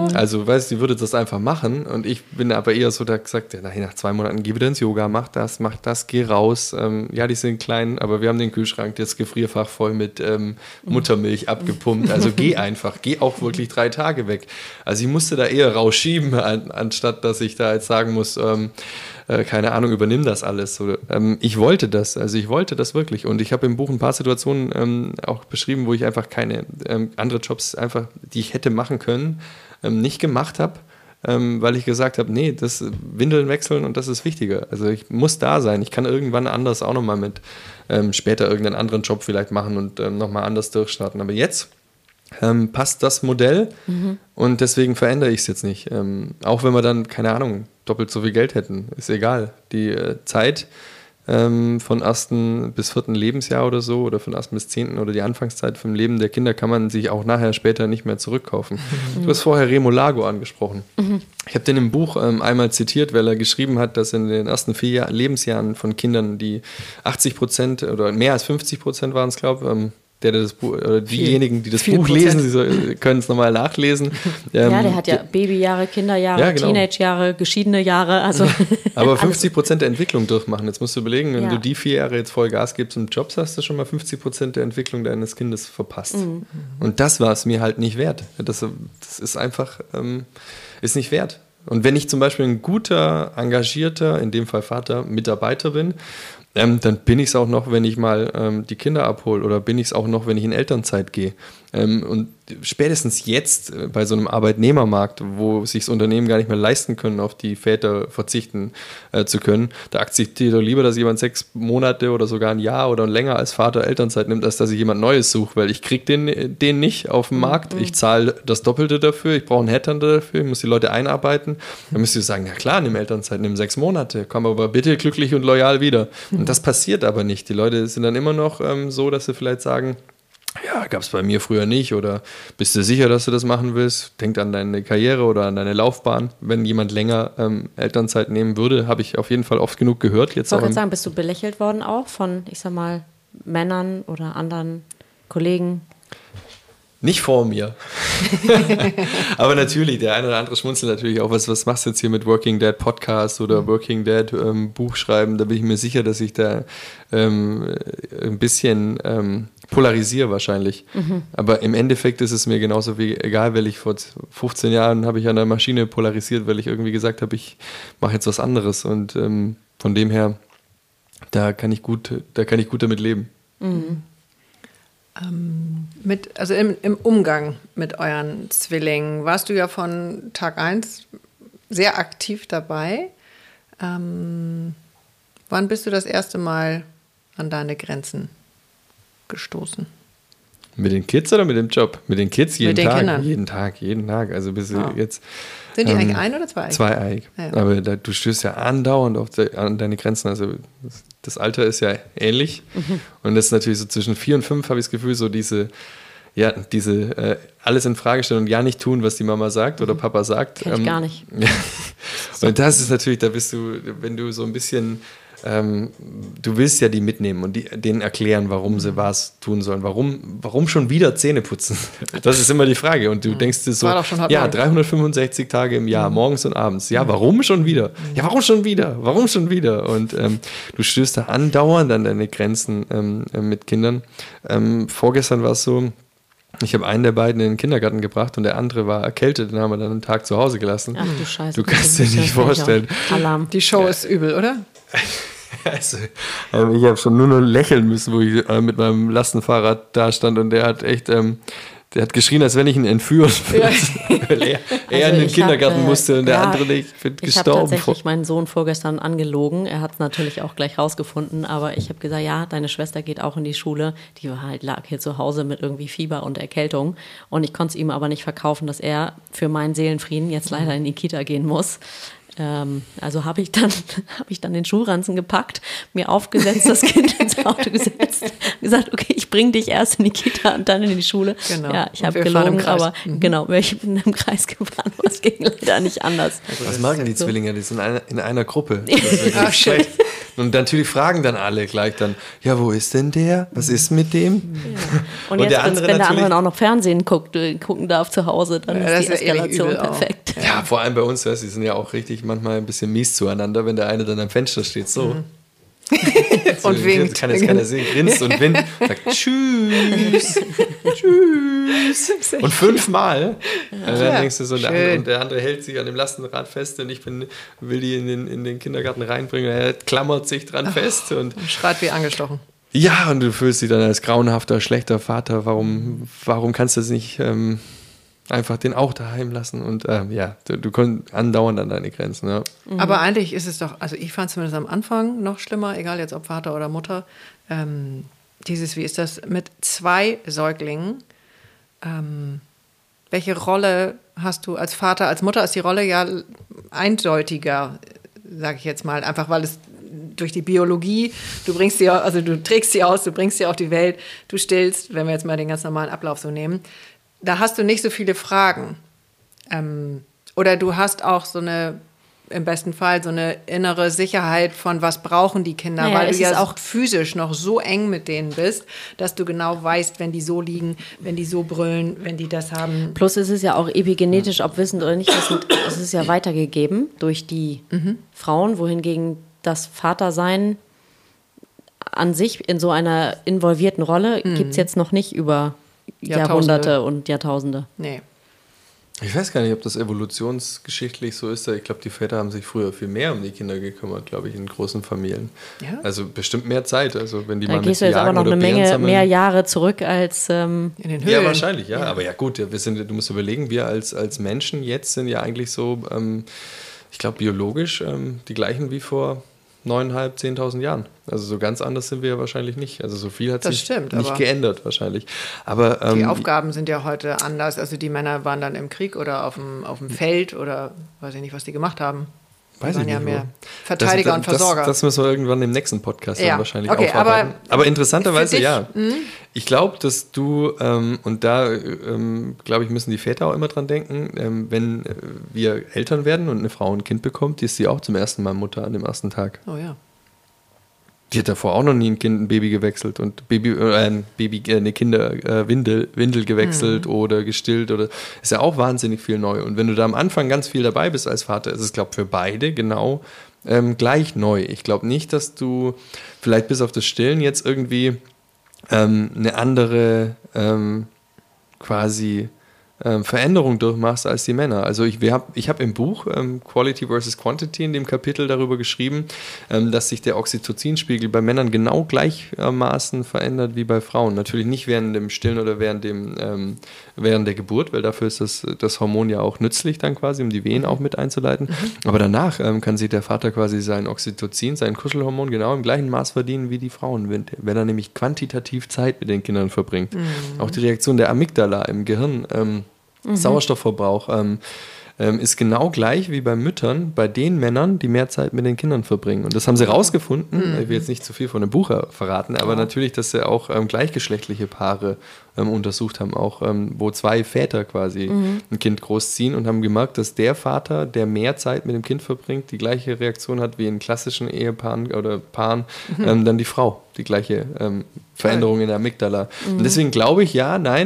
du weißt, die würde das einfach machen und ich bin aber eher so, da gesagt, ja, nach 2 Monaten geh wieder ins Yoga, mach das, geh raus. Ja, die sind klein, aber wir haben den Kühlschrank, das Gefrierfach voll mit Muttermilch abgepumpt. Also geh auch wirklich 3 Tage weg. Also ich musste da eher rausschieben, anstatt dass ich da jetzt sagen muss, keine Ahnung, übernimm das alles. Ich wollte das wirklich. Und ich habe im Buch ein paar Situationen auch beschrieben, wo ich einfach keine andere Jobs einfach, die ich hätte machen können, nicht gemacht habe, weil ich gesagt habe, nee, das Windeln wechseln und das ist wichtiger. Also ich muss da sein. Ich kann irgendwann anders auch nochmal mit später irgendeinen anderen Job vielleicht machen und nochmal anders durchstarten. Aber jetzt passt das Modell und deswegen verändere ich es jetzt nicht. Auch wenn wir dann, keine Ahnung, doppelt so viel Geld hätten, ist egal. Die Zeit von 1. bis 4. Lebensjahr oder so oder von 1. bis 10. oder die Anfangszeit vom Leben der Kinder kann man sich auch nachher später nicht mehr zurückkaufen. Du hast vorher Remo Lago angesprochen. Ich habe den im Buch einmal zitiert, weil er geschrieben hat, dass in den ersten 4 Lebensjahren von Kindern, die 80% oder mehr als 50% waren es, glaube ich, das Buch, oder diejenigen, die das Buch lesen, sie können es nochmal nachlesen. Ja, der hat ja Babyjahre, Kinderjahre, ja, genau. Teenagejahre, geschiedene Jahre. Also aber 50% der Entwicklung durchmachen. Jetzt musst du überlegen, wenn du die 4 Jahre jetzt voll Gas gibst und Jobs hast, du schon mal 50% der Entwicklung deines Kindes verpasst. Und das war es mir halt nicht wert. Das ist einfach, ist nicht wert. Und wenn ich zum Beispiel ein guter, engagierter, in dem Fall Vater, Mitarbeiter bin, dann bin ich es auch noch, wenn ich mal die Kinder abhole oder bin ich es auch noch, wenn ich in Elternzeit gehe. Und spätestens jetzt bei so einem Arbeitnehmermarkt, wo sich das Unternehmen gar nicht mehr leisten können, auf die Väter verzichten zu können, da akzeptiert doch lieber, dass jemand 6 Monate oder sogar ein Jahr oder länger als Vater Elternzeit nimmt, als dass ich jemand Neues suche, weil ich kriege den nicht auf dem Markt. Ich zahle das Doppelte dafür, ich brauche einen Headhunter dafür, ich muss die Leute einarbeiten. Dann müsst ihr sagen, na klar, nimm Elternzeit, nimm 6 Monate, komm aber bitte glücklich und loyal wieder. Und das passiert aber nicht. Die Leute sind dann immer noch so, dass sie vielleicht sagen, ja, gab es bei mir früher nicht oder bist du sicher, dass du das machen willst? Denk an deine Karriere oder an deine Laufbahn. Wenn jemand länger Elternzeit nehmen würde, habe ich auf jeden Fall oft genug gehört. Ich wollte gerade sagen, bist du belächelt worden auch von, ich sag mal, Männern oder anderen Kollegen? Nicht vor mir. Aber natürlich, der eine oder andere schmunzelt natürlich auch, was machst du jetzt hier mit Working Dad Podcast oder Working Dad Buch schreiben? Da bin ich mir sicher, dass ich da ein bisschen polarisiere wahrscheinlich. Aber im Endeffekt ist es mir genauso wie egal, weil ich vor 15 Jahren habe ich an der Maschine polarisiert, weil ich irgendwie gesagt habe, ich mache jetzt was anderes und von dem her, da kann ich gut damit leben. Also im Umgang mit euren Zwillingen warst du ja von Tag 1 sehr aktiv dabei. Wann bist du das erste Mal an deine Grenzen gestoßen? Mit den Kids oder mit dem Job? Mit den Kids jeden Tag. Kindern. Jeden Tag. Also bis jetzt. Sind die eigentlich ein- oder zweieig? Zweieig. Ja. Aber du stößt ja andauernd an deine Grenzen. Also das Alter ist ja ähnlich. Und das ist natürlich so zwischen 4 und 5 habe ich das Gefühl, so diese alles in Frage stellen und ja nicht tun, was die Mama sagt oder Papa sagt. Kenn ich gar nicht. Und das ist natürlich, da bist du, wenn du so ein bisschen du willst ja die mitnehmen und denen erklären, warum sie was tun sollen. Warum schon wieder Zähne putzen? Das ist immer die Frage. Und du denkst dir so, 365 Tage im Jahr, morgens und abends. Ja, warum schon wieder? Ja, warum schon wieder? Warum schon wieder? Und du stößt da andauernd an deine Grenzen mit Kindern. Vorgestern war es so, ich habe einen der beiden in den Kindergarten gebracht und der andere war erkältet, den haben wir dann einen Tag zu Hause gelassen. Ach du Scheiße. Du kannst dir nicht vorstellen. Alarm. Die Show ist übel, oder? Also, ich habe schon nur noch lächeln müssen, wo ich mit meinem Lastenfahrrad da stand und der hat echt, der hat geschrien, als wenn ich ihn entführen würde. Weil er in den Kindergarten musste und der andere nicht. Ich bin gestorben. Ich habe tatsächlich meinen Sohn vorgestern angelogen. Er hat es natürlich auch gleich rausgefunden, aber ich habe gesagt, ja, deine Schwester geht auch in die Schule. Die lag hier zu Hause mit irgendwie Fieber und Erkältung und ich konnte es ihm aber nicht verkaufen, dass er für meinen Seelenfrieden jetzt leider in die Kita gehen muss. Also habe ich dann den Schulranzen gepackt, mir aufgesetzt, das Kind ins Auto gesetzt, gesagt, okay, ich bringe dich erst in die Kita und dann in die Schule. Genau. Ja, ich habe gelogen, aber genau, ich bin im Kreis gefahren, aber es ging leider nicht anders. Was machen die Zwillinge? Die sind in einer Gruppe. Und natürlich fragen dann alle gleich dann, ja, wo ist denn der? Was ist mit dem? Ja. Und jetzt, wenn der andere auch noch Fernsehen gucken darf zu Hause, dann ist die Eskalation perfekt. Ja, vor allem bei uns, die sind ja auch richtig manchmal ein bisschen mies zueinander, wenn der eine dann am Fenster steht, so. Und winkt. Kann jetzt keiner sehen, grinst und winkt, sagt Tschüss, Tschüss. Und 5-mal. Dann denkst du so, der andere hält sich an dem Lastenrad fest und ich will die in den Kindergarten reinbringen. Er klammert sich dran fest und schreit wie angestochen. Ja, und du fühlst dich dann als grauenhafter, schlechter Vater. Warum kannst du es nicht einfach den auch daheim lassen? Und du kommst andauernd an deine Grenzen. Ja. Aber eigentlich ist es doch, also ich fand es zumindest am Anfang noch schlimmer, egal jetzt ob Vater oder Mutter, wie ist das mit 2 Säuglingen? Welche Rolle hast du als Vater, als Mutter ist die Rolle ja eindeutiger, sage ich jetzt mal, einfach weil es durch die Biologie, du trägst sie aus, du bringst sie auf die Welt, du stillst, wenn wir jetzt mal den ganz normalen Ablauf so nehmen, da hast du nicht so viele Fragen. Oder du hast auch im besten Fall so eine innere Sicherheit von, was brauchen die Kinder, weil du ja auch physisch noch so eng mit denen bist, dass du genau weißt, wenn die so liegen, wenn die so brüllen, wenn die das haben. Plus ist es ja auch epigenetisch, ob wissend oder nicht wissend, es ist ja weitergegeben durch die Frauen, wohingegen das Vatersein an sich in so einer involvierten Rolle gibt es jetzt noch nicht über Jahrhunderte und Jahrtausende. Nee. Ich weiß gar nicht, ob das evolutionsgeschichtlich so ist. Ich glaube, die Väter haben sich früher viel mehr um die Kinder gekümmert, glaube ich, in großen Familien. Ja? Also bestimmt mehr Zeit. Also wenn die da gehst du jetzt aber noch eine Menge mehr Jahre zurück als in den Höhlen. Ja, wahrscheinlich, ja. Aber ja gut, du musst überlegen, wir als Menschen jetzt sind ja eigentlich so, ich glaube, biologisch die gleichen wie vor 9.500, 10.000 Jahren. Also so ganz anders sind wir ja wahrscheinlich nicht. Also so viel hat sich nicht geändert wahrscheinlich. Aber die Aufgaben sind ja heute anders. Also die Männer waren dann im Krieg oder auf dem Feld oder weiß ich nicht, was die gemacht haben. Die waren ja mehr Verteidiger und Versorger. Das müssen wir irgendwann im nächsten Podcast dann wahrscheinlich aufarbeiten. Aber interessanterweise, ich glaube, dass du, und da, glaube ich, müssen die Väter auch immer dran denken, wenn wir Eltern werden und eine Frau ein Kind bekommt, die ist sie auch zum ersten Mal Mutter an dem ersten Tag. Oh ja. Die hat davor auch noch nie ein Baby gewechselt und eine Kinderwindel gewechselt oder gestillt oder ist ja auch wahnsinnig viel neu. Und wenn du da am Anfang ganz viel dabei bist als Vater, ist es, glaube ich, für beide genau gleich neu. Ich glaube nicht, dass du vielleicht bis auf das Stillen jetzt irgendwie eine andere quasi Veränderung durchmachst als die Männer. Also ich habe im Buch Quality versus Quantity in dem Kapitel darüber geschrieben, dass sich der Oxytocinspiegel bei Männern genau gleichermaßen verändert wie bei Frauen. Natürlich nicht während dem Stillen oder während der Geburt, weil dafür ist das Hormon ja auch nützlich dann quasi, um die Wehen auch mit einzuleiten. Aber danach kann sich der Vater quasi sein Oxytocin, sein Kuschelhormon genau im gleichen Maß verdienen wie die Frauen, wenn er nämlich quantitativ Zeit mit den Kindern verbringt. Auch die Reaktion der Amygdala im Gehirn, Sauerstoffverbrauch ist genau gleich wie bei Müttern, bei den Männern, die mehr Zeit mit den Kindern verbringen. Und das haben sie rausgefunden, ich will jetzt nicht zu viel von dem Buch verraten, aber natürlich, dass sie auch gleichgeschlechtliche Paare untersucht haben, auch wo 2 Väter quasi ein Kind großziehen und haben gemerkt, dass der Vater, der mehr Zeit mit dem Kind verbringt, die gleiche Reaktion hat wie in klassischen Ehepaaren oder Paaren, dann die Frau, die gleiche Veränderung in der Amygdala. Und deswegen glaube ich,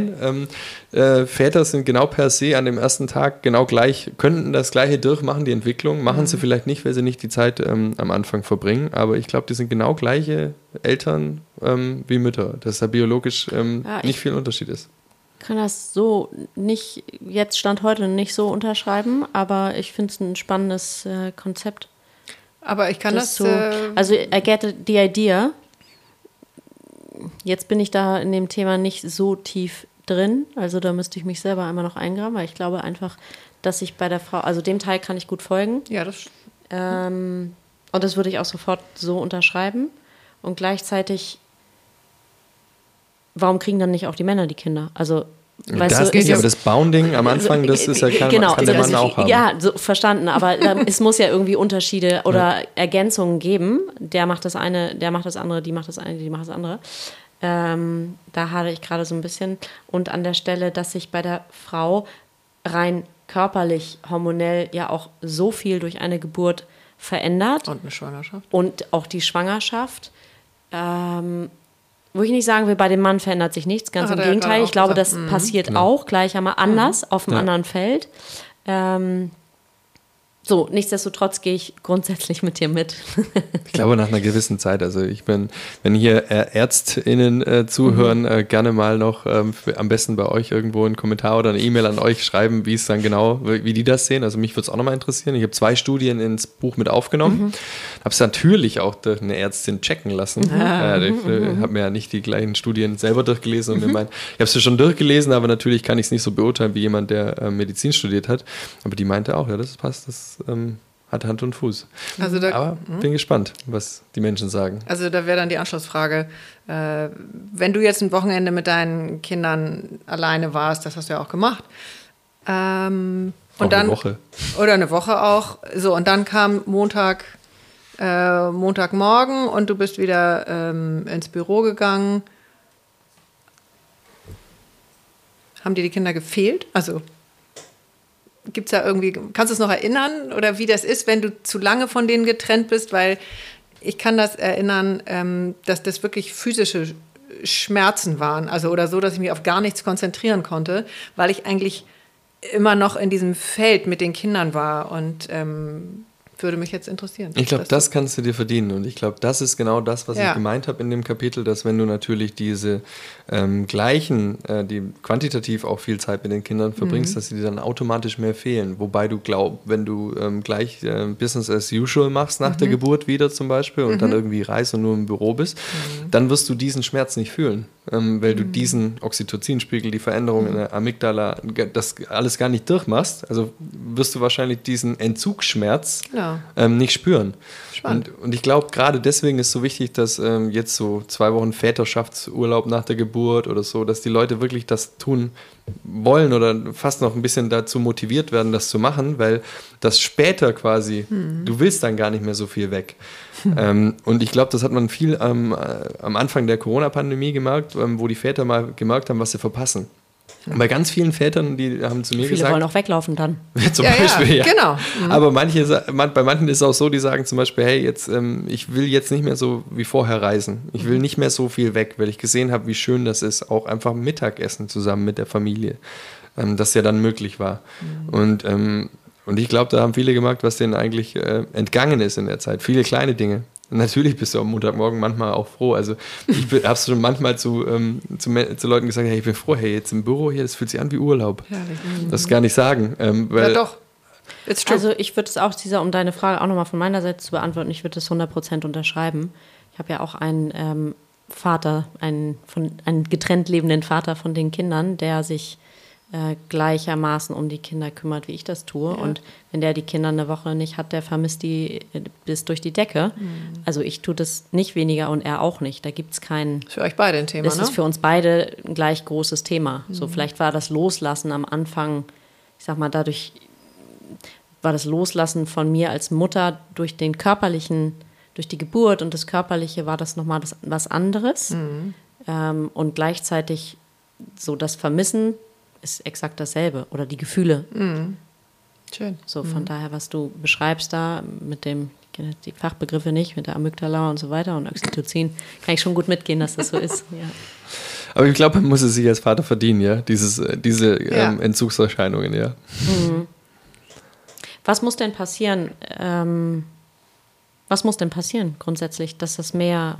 Väter sind genau per se an dem ersten Tag genau gleich, könnten das Gleiche durchmachen, die Entwicklung, machen sie vielleicht nicht, weil sie nicht die Zeit am Anfang verbringen, aber ich glaube, die sind genau gleiche Eltern wie Mütter, dass da biologisch nicht viel Unterschied ist. Ich kann das so nicht, jetzt Stand heute nicht so unterschreiben, aber ich finde es ein spannendes Konzept. Aber ich kann das so, also I get the idea. Jetzt bin ich da in dem Thema nicht so tief drin, also da müsste ich mich selber einmal noch eingraben, weil ich glaube einfach, dass ich bei der Frau, also dem Teil kann ich gut folgen. Ja, das und das würde ich auch sofort so unterschreiben. Und gleichzeitig, warum kriegen dann nicht auch die Männer die Kinder? Also, weißt du, aber das Bounding am Anfang, das ist ja kann der Mann auch haben. Ja, so, verstanden, aber es muss ja irgendwie Unterschiede oder Ergänzungen geben. Der macht das eine, der macht das andere, die macht das eine, die macht das andere. Da hadere ich gerade so ein bisschen. Und an der Stelle, dass sich bei der Frau rein körperlich, hormonell ja auch so viel durch eine Geburt verändert. Und eine Schwangerschaft. Und auch die Schwangerschaft. Wo ich nicht sagen will, bei dem Mann verändert sich nichts, ganz im Gegenteil. Ich glaube, das passiert auch gleich einmal anders, auf einem anderen Feld. So, nichtsdestotrotz gehe ich grundsätzlich mit dir mit. Ich glaube, nach einer gewissen Zeit, also wenn hier ÄrztInnen zuhören, gerne mal noch am besten bei euch irgendwo einen Kommentar oder eine E-Mail an euch schreiben, wie es dann genau, wie die das sehen. Also mich würde es auch nochmal interessieren. Ich habe 2 Studien ins Buch mit aufgenommen. Habe es natürlich auch durch eine Ärztin checken lassen. Ich habe mir ja nicht die gleichen Studien selber durchgelesen. Und ich habe es ja schon durchgelesen, aber natürlich kann ich es nicht so beurteilen wie jemand, der Medizin studiert hat. Aber die meinte auch, ja, das passt, das hat Hand und Fuß. Also aber bin gespannt, was die Menschen sagen. Also da wäre dann die Anschlussfrage, wenn du jetzt ein Wochenende mit deinen Kindern alleine warst, das hast du ja auch gemacht. Und auch dann, eine Woche. Oder eine Woche auch. So, und dann kam Montagmorgen und du bist wieder ins Büro gegangen. Haben dir die Kinder gefehlt? Also gibt's da irgendwie, kannst du es noch erinnern oder wie das ist, wenn du zu lange von denen getrennt bist? Weil ich kann das erinnern, dass das wirklich physische Schmerzen waren. Also oder so, dass ich mich auf gar nichts konzentrieren konnte, weil ich eigentlich immer noch in diesem Feld mit den Kindern war und würde mich jetzt interessieren. Ich glaube, das kannst du dir verdienen und ich glaube, das ist genau das, was ich gemeint habe in dem Kapitel, dass wenn du natürlich diese gleichen, die quantitativ auch viel Zeit mit den Kindern verbringst, dass sie dir dann automatisch mehr fehlen. Wobei du glaubst, wenn du gleich Business as usual machst nach der Geburt wieder zum Beispiel und dann irgendwie reist und nur im Büro bist, dann wirst du diesen Schmerz nicht fühlen, weil du diesen Oxytocinspiegel, die Veränderung in der Amygdala, das alles gar nicht durchmachst. Also wirst du wahrscheinlich diesen Entzugsschmerz nicht spüren. Und ich glaube, gerade deswegen ist so wichtig, dass jetzt so 2 Wochen Väterschaftsurlaub nach der Geburt oder so, dass die Leute wirklich das tun wollen oder fast noch ein bisschen dazu motiviert werden, das zu machen, weil das später quasi, du willst dann gar nicht mehr so viel weg. Und ich glaube, das hat man viel am Anfang der Corona-Pandemie gemerkt, wo die Väter mal gemerkt haben, was sie verpassen. Und bei ganz vielen Vätern, die haben zu mir gesagt... Viele wollen auch weglaufen dann. Zum Beispiel, ja. Genau. Aber bei manchen ist es auch so, die sagen zum Beispiel, hey, jetzt, ich will jetzt nicht mehr so wie vorher reisen. Ich will nicht mehr so viel weg, weil ich gesehen habe, wie schön das ist, auch einfach Mittagessen zusammen mit der Familie, das ja dann möglich war. Und ich glaube, da haben viele gemerkt, was denen eigentlich entgangen ist in der Zeit. Viele kleine Dinge. Natürlich bist du am Montagmorgen manchmal auch froh. Also ich habe schon manchmal zu Leuten gesagt, hey, ich bin froh, hey, jetzt im Büro hier, das fühlt sich an wie Urlaub. Herrlich. Das gar nicht sagen. Weil, ja doch. Also ich würde es auch, um deine Frage auch nochmal von meiner Seite zu beantworten, ich würde es 100% unterschreiben. Ich habe ja auch einen Vater, einen getrennt lebenden Vater von den Kindern, der sich gleichermaßen um die Kinder kümmert, wie ich das tue. Ja. Und wenn der die Kinder eine Woche nicht hat, der vermisst die bis durch die Decke. Also ich tue das nicht weniger und er auch nicht. Da gibt es keinen... Für euch beide ein Thema, Das ist für uns beide ein gleich großes Thema. So, vielleicht war das Loslassen am Anfang, ich sag mal, dadurch war das Loslassen von mir als Mutter durch den körperlichen, durch die Geburt und das Körperliche war das nochmal was anderes. Und gleichzeitig so das Vermissen ist exakt dasselbe. Oder die Gefühle. Schön. So, von daher, was du beschreibst da mit dem, ich kenne die Fachbegriffe nicht, mit der Amygdala und so weiter und Oxytocin, kann ich schon gut mitgehen, dass das so ist. Ja. Aber ich glaube, man muss es sich als Vater verdienen, ja, diese Entzugserscheinungen, ja. Was muss denn passieren? Grundsätzlich, dass es mehr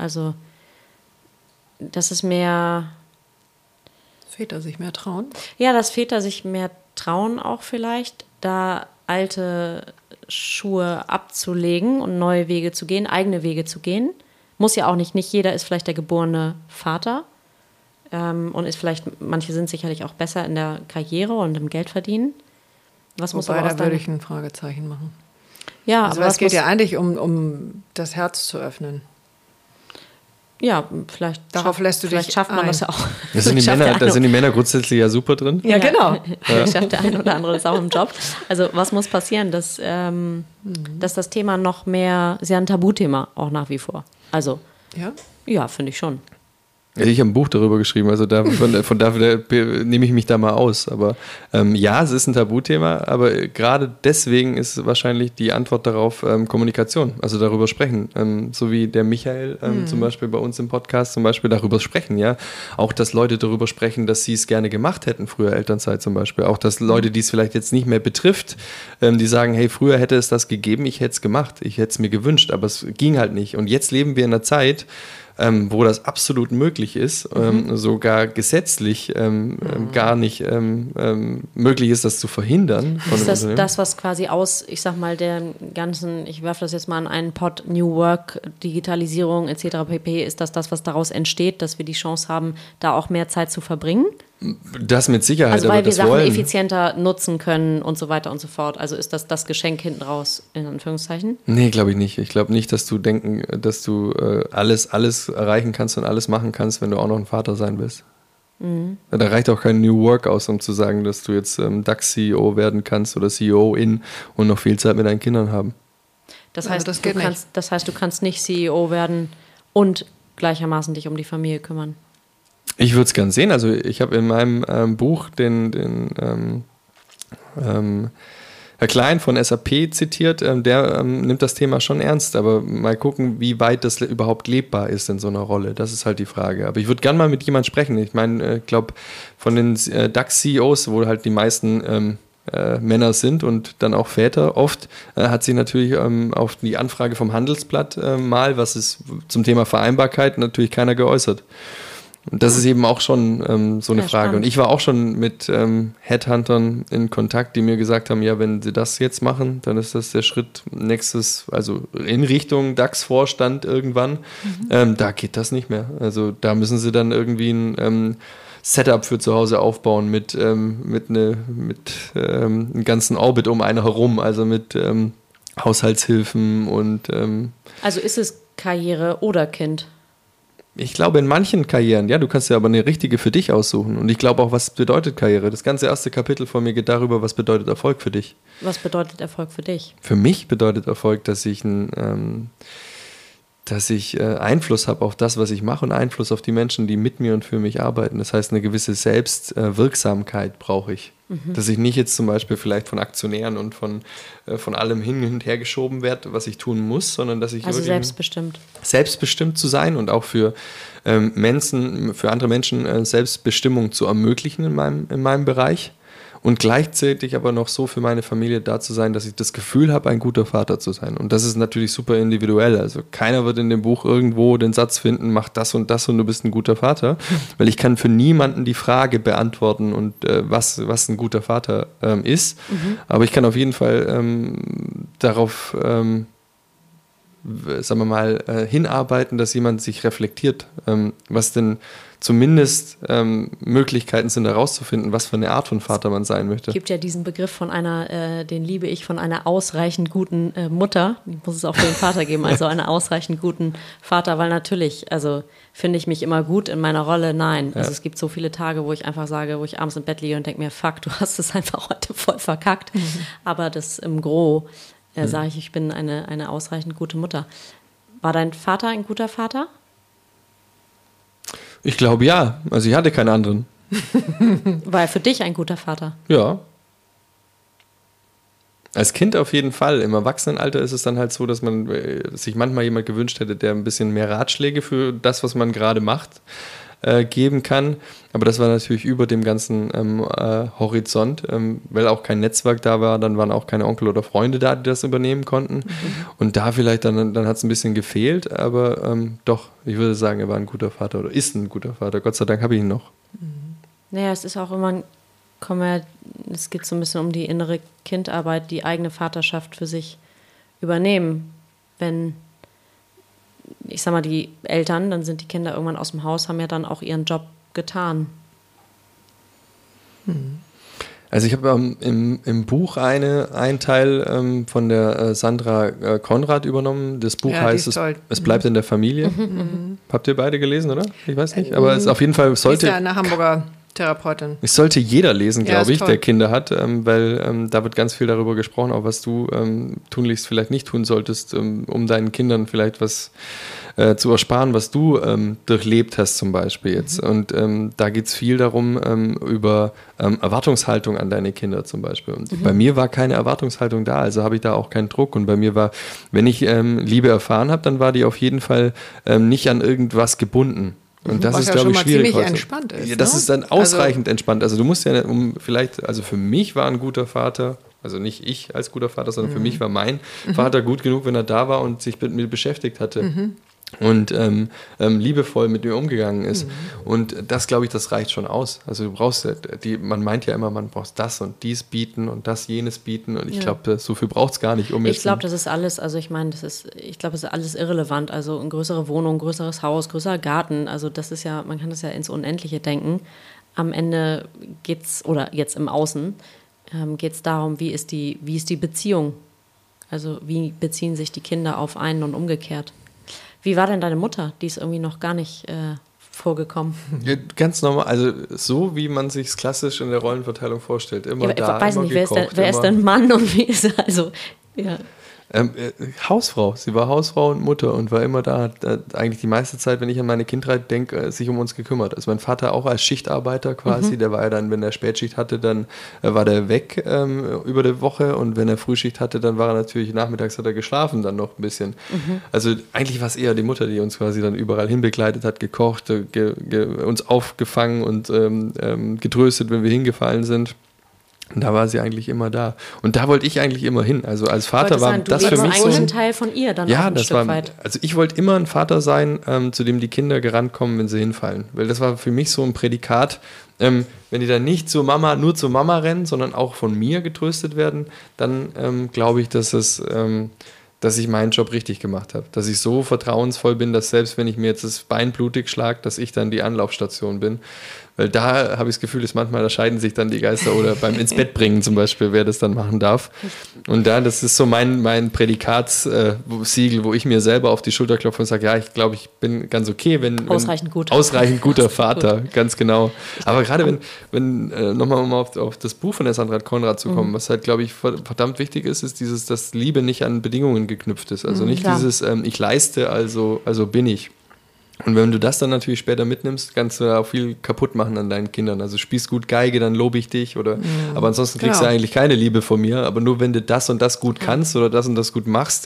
Väter sich mehr trauen? Ja, dass Väter sich mehr trauen auch vielleicht, da alte Schuhe abzulegen und neue Wege zu gehen, eigene Wege zu gehen. Muss ja auch nicht jeder ist vielleicht der geborene Vater und ist vielleicht, manche sind sicherlich auch besser in der Karriere und im Geldverdienen. Wobei, da würde ich ein Fragezeichen machen. Ja, also aber es geht ja eigentlich um das Herz zu öffnen. Ja, vielleicht schafft man das ja auch. Da sind die Männer grundsätzlich ja super drin. Ja, genau. Vielleicht schafft der eine oder andere das auch im Job. Also was muss passieren, dass das Thema noch mehr, ist ja ein Tabuthema auch nach wie vor. Also ja, finde ich schon. Ich habe ein Buch darüber geschrieben, also von dafür nehme ich mich da mal aus. Aber ja, es ist ein Tabuthema, aber gerade deswegen ist wahrscheinlich die Antwort darauf Kommunikation, also darüber sprechen. So wie der Michael zum Beispiel bei uns im Podcast zum Beispiel darüber sprechen, ja. Auch, dass Leute darüber sprechen, dass sie es gerne gemacht hätten, früher Elternzeit zum Beispiel. Auch, dass Leute, die es vielleicht jetzt nicht mehr betrifft, die sagen, hey, früher hätte es das gegeben, ich hätte es gemacht, ich hätte es mir gewünscht, aber es ging halt nicht. Und jetzt leben wir in einer Zeit, wo das absolut möglich ist, sogar gesetzlich gar nicht möglich ist, das zu verhindern. Ist das, was quasi ich sag mal, der ganzen, ich werfe das jetzt mal an einen Pot, New Work, Digitalisierung etc. pp., ist das, was daraus entsteht, dass wir die Chance haben, da auch mehr Zeit zu verbringen? Das mit Sicherheit, also weil aber wir das Sachen wollen. effizienter nutzen können und so weiter und so fort. Also ist das Geschenk hinten raus, in Anführungszeichen? Nee, glaube ich nicht. Ich glaube nicht, dass du alles erreichen kannst und alles machen kannst, wenn du auch noch ein Vater sein willst. Da reicht auch kein New Work aus, um zu sagen, dass du jetzt DAX-CEO werden kannst oder CEO-in und noch viel Zeit mit deinen Kindern haben. Das heißt, du kannst nicht CEO werden und gleichermaßen dich um die Familie kümmern. Ich würde es gern sehen. Also ich habe in meinem Buch Herr Klein von SAP zitiert, der nimmt das Thema schon ernst, aber mal gucken, wie weit das überhaupt lebbar ist in so einer Rolle. Das ist halt die Frage. Aber ich würde gern mal mit jemandem sprechen. Ich meine, ich glaube, von den DAX-CEOs, wo halt die meisten Männer sind und dann auch Väter oft, hat sich natürlich auf die Anfrage vom Handelsblatt was ist zum Thema Vereinbarkeit, natürlich keiner geäußert. Und das ist eben auch schon so eine Frage. Spannend. Und ich war auch schon mit Headhuntern in Kontakt, die mir gesagt haben, ja, wenn sie das jetzt machen, dann ist das der Schritt nächstes, also in Richtung DAX-Vorstand irgendwann. Da geht das nicht mehr. Also da müssen sie dann irgendwie ein Setup für zu Hause aufbauen mit einem ganzen Orbit um eine herum, also mit Haushaltshilfen und Also ist es Karriere oder Kind? Ich glaube, in manchen Karrieren, ja, du kannst ja aber eine richtige für dich aussuchen. Und ich glaube auch, was bedeutet Karriere? Das ganze erste Kapitel von mir geht darüber, was bedeutet Erfolg für dich. Was bedeutet Erfolg für dich? Für mich bedeutet Erfolg, dass ich Einfluss habe auf das, was ich mache und Einfluss auf die Menschen, die mit mir und für mich arbeiten. Das heißt, eine gewisse Selbstwirksamkeit brauche ich. Dass ich nicht jetzt zum Beispiel vielleicht von Aktionären und von allem hin und her geschoben werde, was ich tun muss, sondern dass ich also wirklich selbstbestimmt zu sein und auch für andere Menschen Selbstbestimmung zu ermöglichen in meinem Bereich. Und gleichzeitig aber noch so für meine Familie da zu sein, dass ich das Gefühl habe, ein guter Vater zu sein. Und das ist natürlich super individuell. Also keiner wird in dem Buch irgendwo den Satz finden, mach das und du bist ein guter Vater. Weil ich kann für niemanden die Frage beantworten und was ein guter Vater ist. Aber ich kann auf jeden Fall darauf sagen wir mal, hinarbeiten, dass jemand sich reflektiert, was denn zumindest Möglichkeiten sind, herauszufinden, was für eine Art von Vater man sein möchte. Es gibt ja diesen Begriff von den liebe ich, von einer ausreichend guten Mutter. Ich muss es auch für den Vater geben, also einen ausreichend guten Vater, weil natürlich, also finde ich mich immer gut in meiner Rolle? Nein. Also es gibt so viele Tage, wo ich einfach sage, wo ich abends im Bett liege und denke mir, fuck, du hast es einfach heute voll verkackt. Aber das im Gros sage ich bin eine ausreichend gute Mutter. War dein Vater ein guter Vater? Ich glaube ja. Also ich hatte keinen anderen. War er für dich ein guter Vater? Ja. Als Kind auf jeden Fall. Im Erwachsenenalter ist es dann halt so, dass man sich manchmal jemand gewünscht hätte, der ein bisschen mehr Ratschläge für das, was man gerade macht, geben kann. Aber das war natürlich über dem ganzen Horizont, weil auch kein Netzwerk da war, dann waren auch keine Onkel oder Freunde da, die das übernehmen konnten. Und da vielleicht, dann hat es ein bisschen gefehlt, aber doch, ich würde sagen, er war ein guter Vater oder ist ein guter Vater. Gott sei Dank habe ich ihn noch. Naja, es ist auch immer, es geht so ein bisschen um die innere Kindarbeit, die eigene Vaterschaft für sich übernehmen. Wenn ich sag mal, die Eltern, dann sind die Kinder irgendwann aus dem Haus, haben ja dann auch ihren Job getan. Also ich habe im Buch einen Teil von der Sandra Konrad übernommen. Das Buch heißt Es bleibt in der Familie. Habt ihr beide gelesen, oder? Ich weiß nicht. Aber es auf jeden Fall sollte... Ist ja eine Hamburger Therapeutin. Es sollte jeder lesen, glaube ich, der Kinder hat, weil da wird ganz viel darüber gesprochen, auch was du tunlichst vielleicht nicht tun solltest, um deinen Kindern vielleicht was zu ersparen, was du durchlebt hast zum Beispiel jetzt. Und da geht es viel darum, über Erwartungshaltung an deine Kinder zum Beispiel. Und bei mir war keine Erwartungshaltung da, also habe ich da auch keinen Druck. Und bei mir war, wenn ich Liebe erfahren habe, dann war die auf jeden Fall nicht an irgendwas gebunden. Und das was ist, ja glaube schon ich, mal schwierig. ziemlich entspannt ist. Ja, das ist dann ausreichend entspannt. Also du musst ja, also für mich war ein guter Vater, also nicht ich als guter Vater, sondern für mich war mein Vater gut genug, wenn er da war und sich mit mir beschäftigt hatte. Und liebevoll mit mir umgegangen ist. Und das, glaube ich, das reicht schon aus. Also du brauchst, man meint ja immer, man braucht das und dies bieten und das, jenes bieten. Und ich glaube, so viel braucht es gar nicht, um jetzt... Ich glaube, das ist alles, also ich meine, ich glaube, es ist alles irrelevant. Also eine größere Wohnung, größeres Haus, größerer Garten. Also das ist ja, man kann das ja ins Unendliche denken. Am Ende geht's, oder jetzt im Außen, geht es darum, wie ist die Beziehung? Also wie beziehen sich die Kinder auf einen und umgekehrt? Wie war denn deine Mutter? Die ist irgendwie noch gar nicht vorgekommen. Ja, ganz normal, also so wie man sich es klassisch in der Rollenverteilung vorstellt. Immer ja, da, weiß immer nicht, gekocht. Wer ist denn Mann und wie ist er? Also, ja. Hausfrau. Sie war Hausfrau und Mutter und war immer da. Hat eigentlich die meiste Zeit, wenn ich an meine Kindheit denke, sich um uns gekümmert. Also mein Vater auch als Schichtarbeiter quasi. Der war ja dann, wenn er Spätschicht hatte, dann war der weg über die Woche. Und wenn er Frühschicht hatte, dann war er natürlich, nachmittags hat er geschlafen dann noch ein bisschen. Also eigentlich war es eher die Mutter, die uns quasi dann überall hin begleitet hat, gekocht, uns aufgefangen und getröstet, wenn wir hingefallen sind. Und da war sie eigentlich immer da. Und da wollte ich eigentlich immer hin. Also als Vater war das für mich so ein Teil von ihr dann ja, auch ein das Stück war, weit. also ich wollte immer ein Vater sein, zu dem die Kinder gerannt kommen, wenn sie hinfallen. Weil das war für mich so ein Prädikat, wenn die dann nicht nur zur Mama rennen, sondern auch von mir getröstet werden, dann glaube ich, dass ich meinen Job richtig gemacht habe. Dass ich so vertrauensvoll bin, dass selbst wenn ich mir jetzt das Bein blutig schlage, dass ich dann die Anlaufstation bin. Weil da habe ich das Gefühl, dass manchmal da scheiden sich dann die Geister oder beim ins Bett bringen zum Beispiel, wer das dann machen darf. Und das ist so mein Prädikatssiegel, wo ich mir selber auf die Schulter klopfe und sage, ja, ich glaube, ich bin ganz okay, ausreichend guter Vater, ganz genau. Aber gerade wenn nochmal um auf das Buch von der Sandra Konrad zu kommen, was halt, glaube ich, verdammt wichtig ist, dass Liebe nicht an Bedingungen geknüpft ist. Also nicht dieses, ich leiste, also bin ich. Und wenn du das dann natürlich später mitnimmst, kannst du auch viel kaputt machen an deinen Kindern. Also spielst gut Geige, dann lobe ich dich. Aber ansonsten kriegst du eigentlich keine Liebe von mir. Aber nur wenn du das und das gut kannst oder das und das gut machst,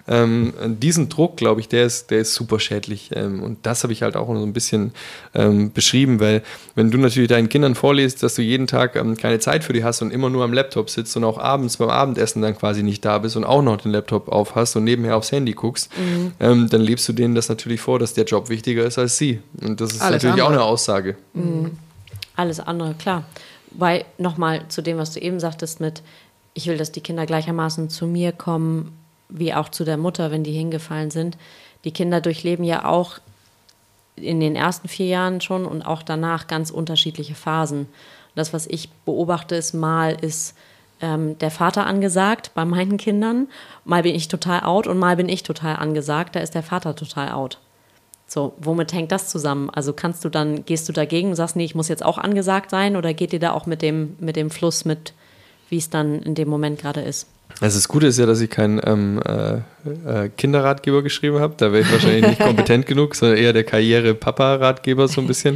diesen Druck, glaube ich, der ist super schädlich. Und das habe ich halt auch so ein bisschen beschrieben, weil wenn du natürlich deinen Kindern vorliest, dass du jeden Tag keine Zeit für die hast und immer nur am Laptop sitzt und auch abends beim Abendessen dann quasi nicht da bist und auch noch den Laptop auf hast und nebenher aufs Handy guckst, dann lebst du denen das natürlich vor, dass der Job wichtiger ist als sie. Und das ist Alles natürlich andere. auch eine Aussage. Alles andere, klar. Weil nochmal zu dem, was du eben sagtest mit, ich will, dass die Kinder gleichermaßen zu mir kommen, wie auch zu der Mutter, wenn die hingefallen sind. Die Kinder durchleben ja auch in den ersten 4 Jahren schon und auch danach ganz unterschiedliche Phasen. Das, was ich beobachte, ist, mal ist der Vater angesagt bei meinen Kindern, mal bin ich total out und mal bin ich total angesagt, da ist der Vater total out. So, womit hängt das zusammen? Also gehst du dagegen und sagst, nee, ich muss jetzt auch angesagt sein, oder geht ihr da auch mit dem Fluss mit, wie es dann in dem Moment gerade ist? Also das Gute ist ja, dass ich keinen Kinderratgeber geschrieben habe. Da wäre ich wahrscheinlich nicht kompetent genug, sondern eher der Karriere-Papa-Ratgeber so ein bisschen.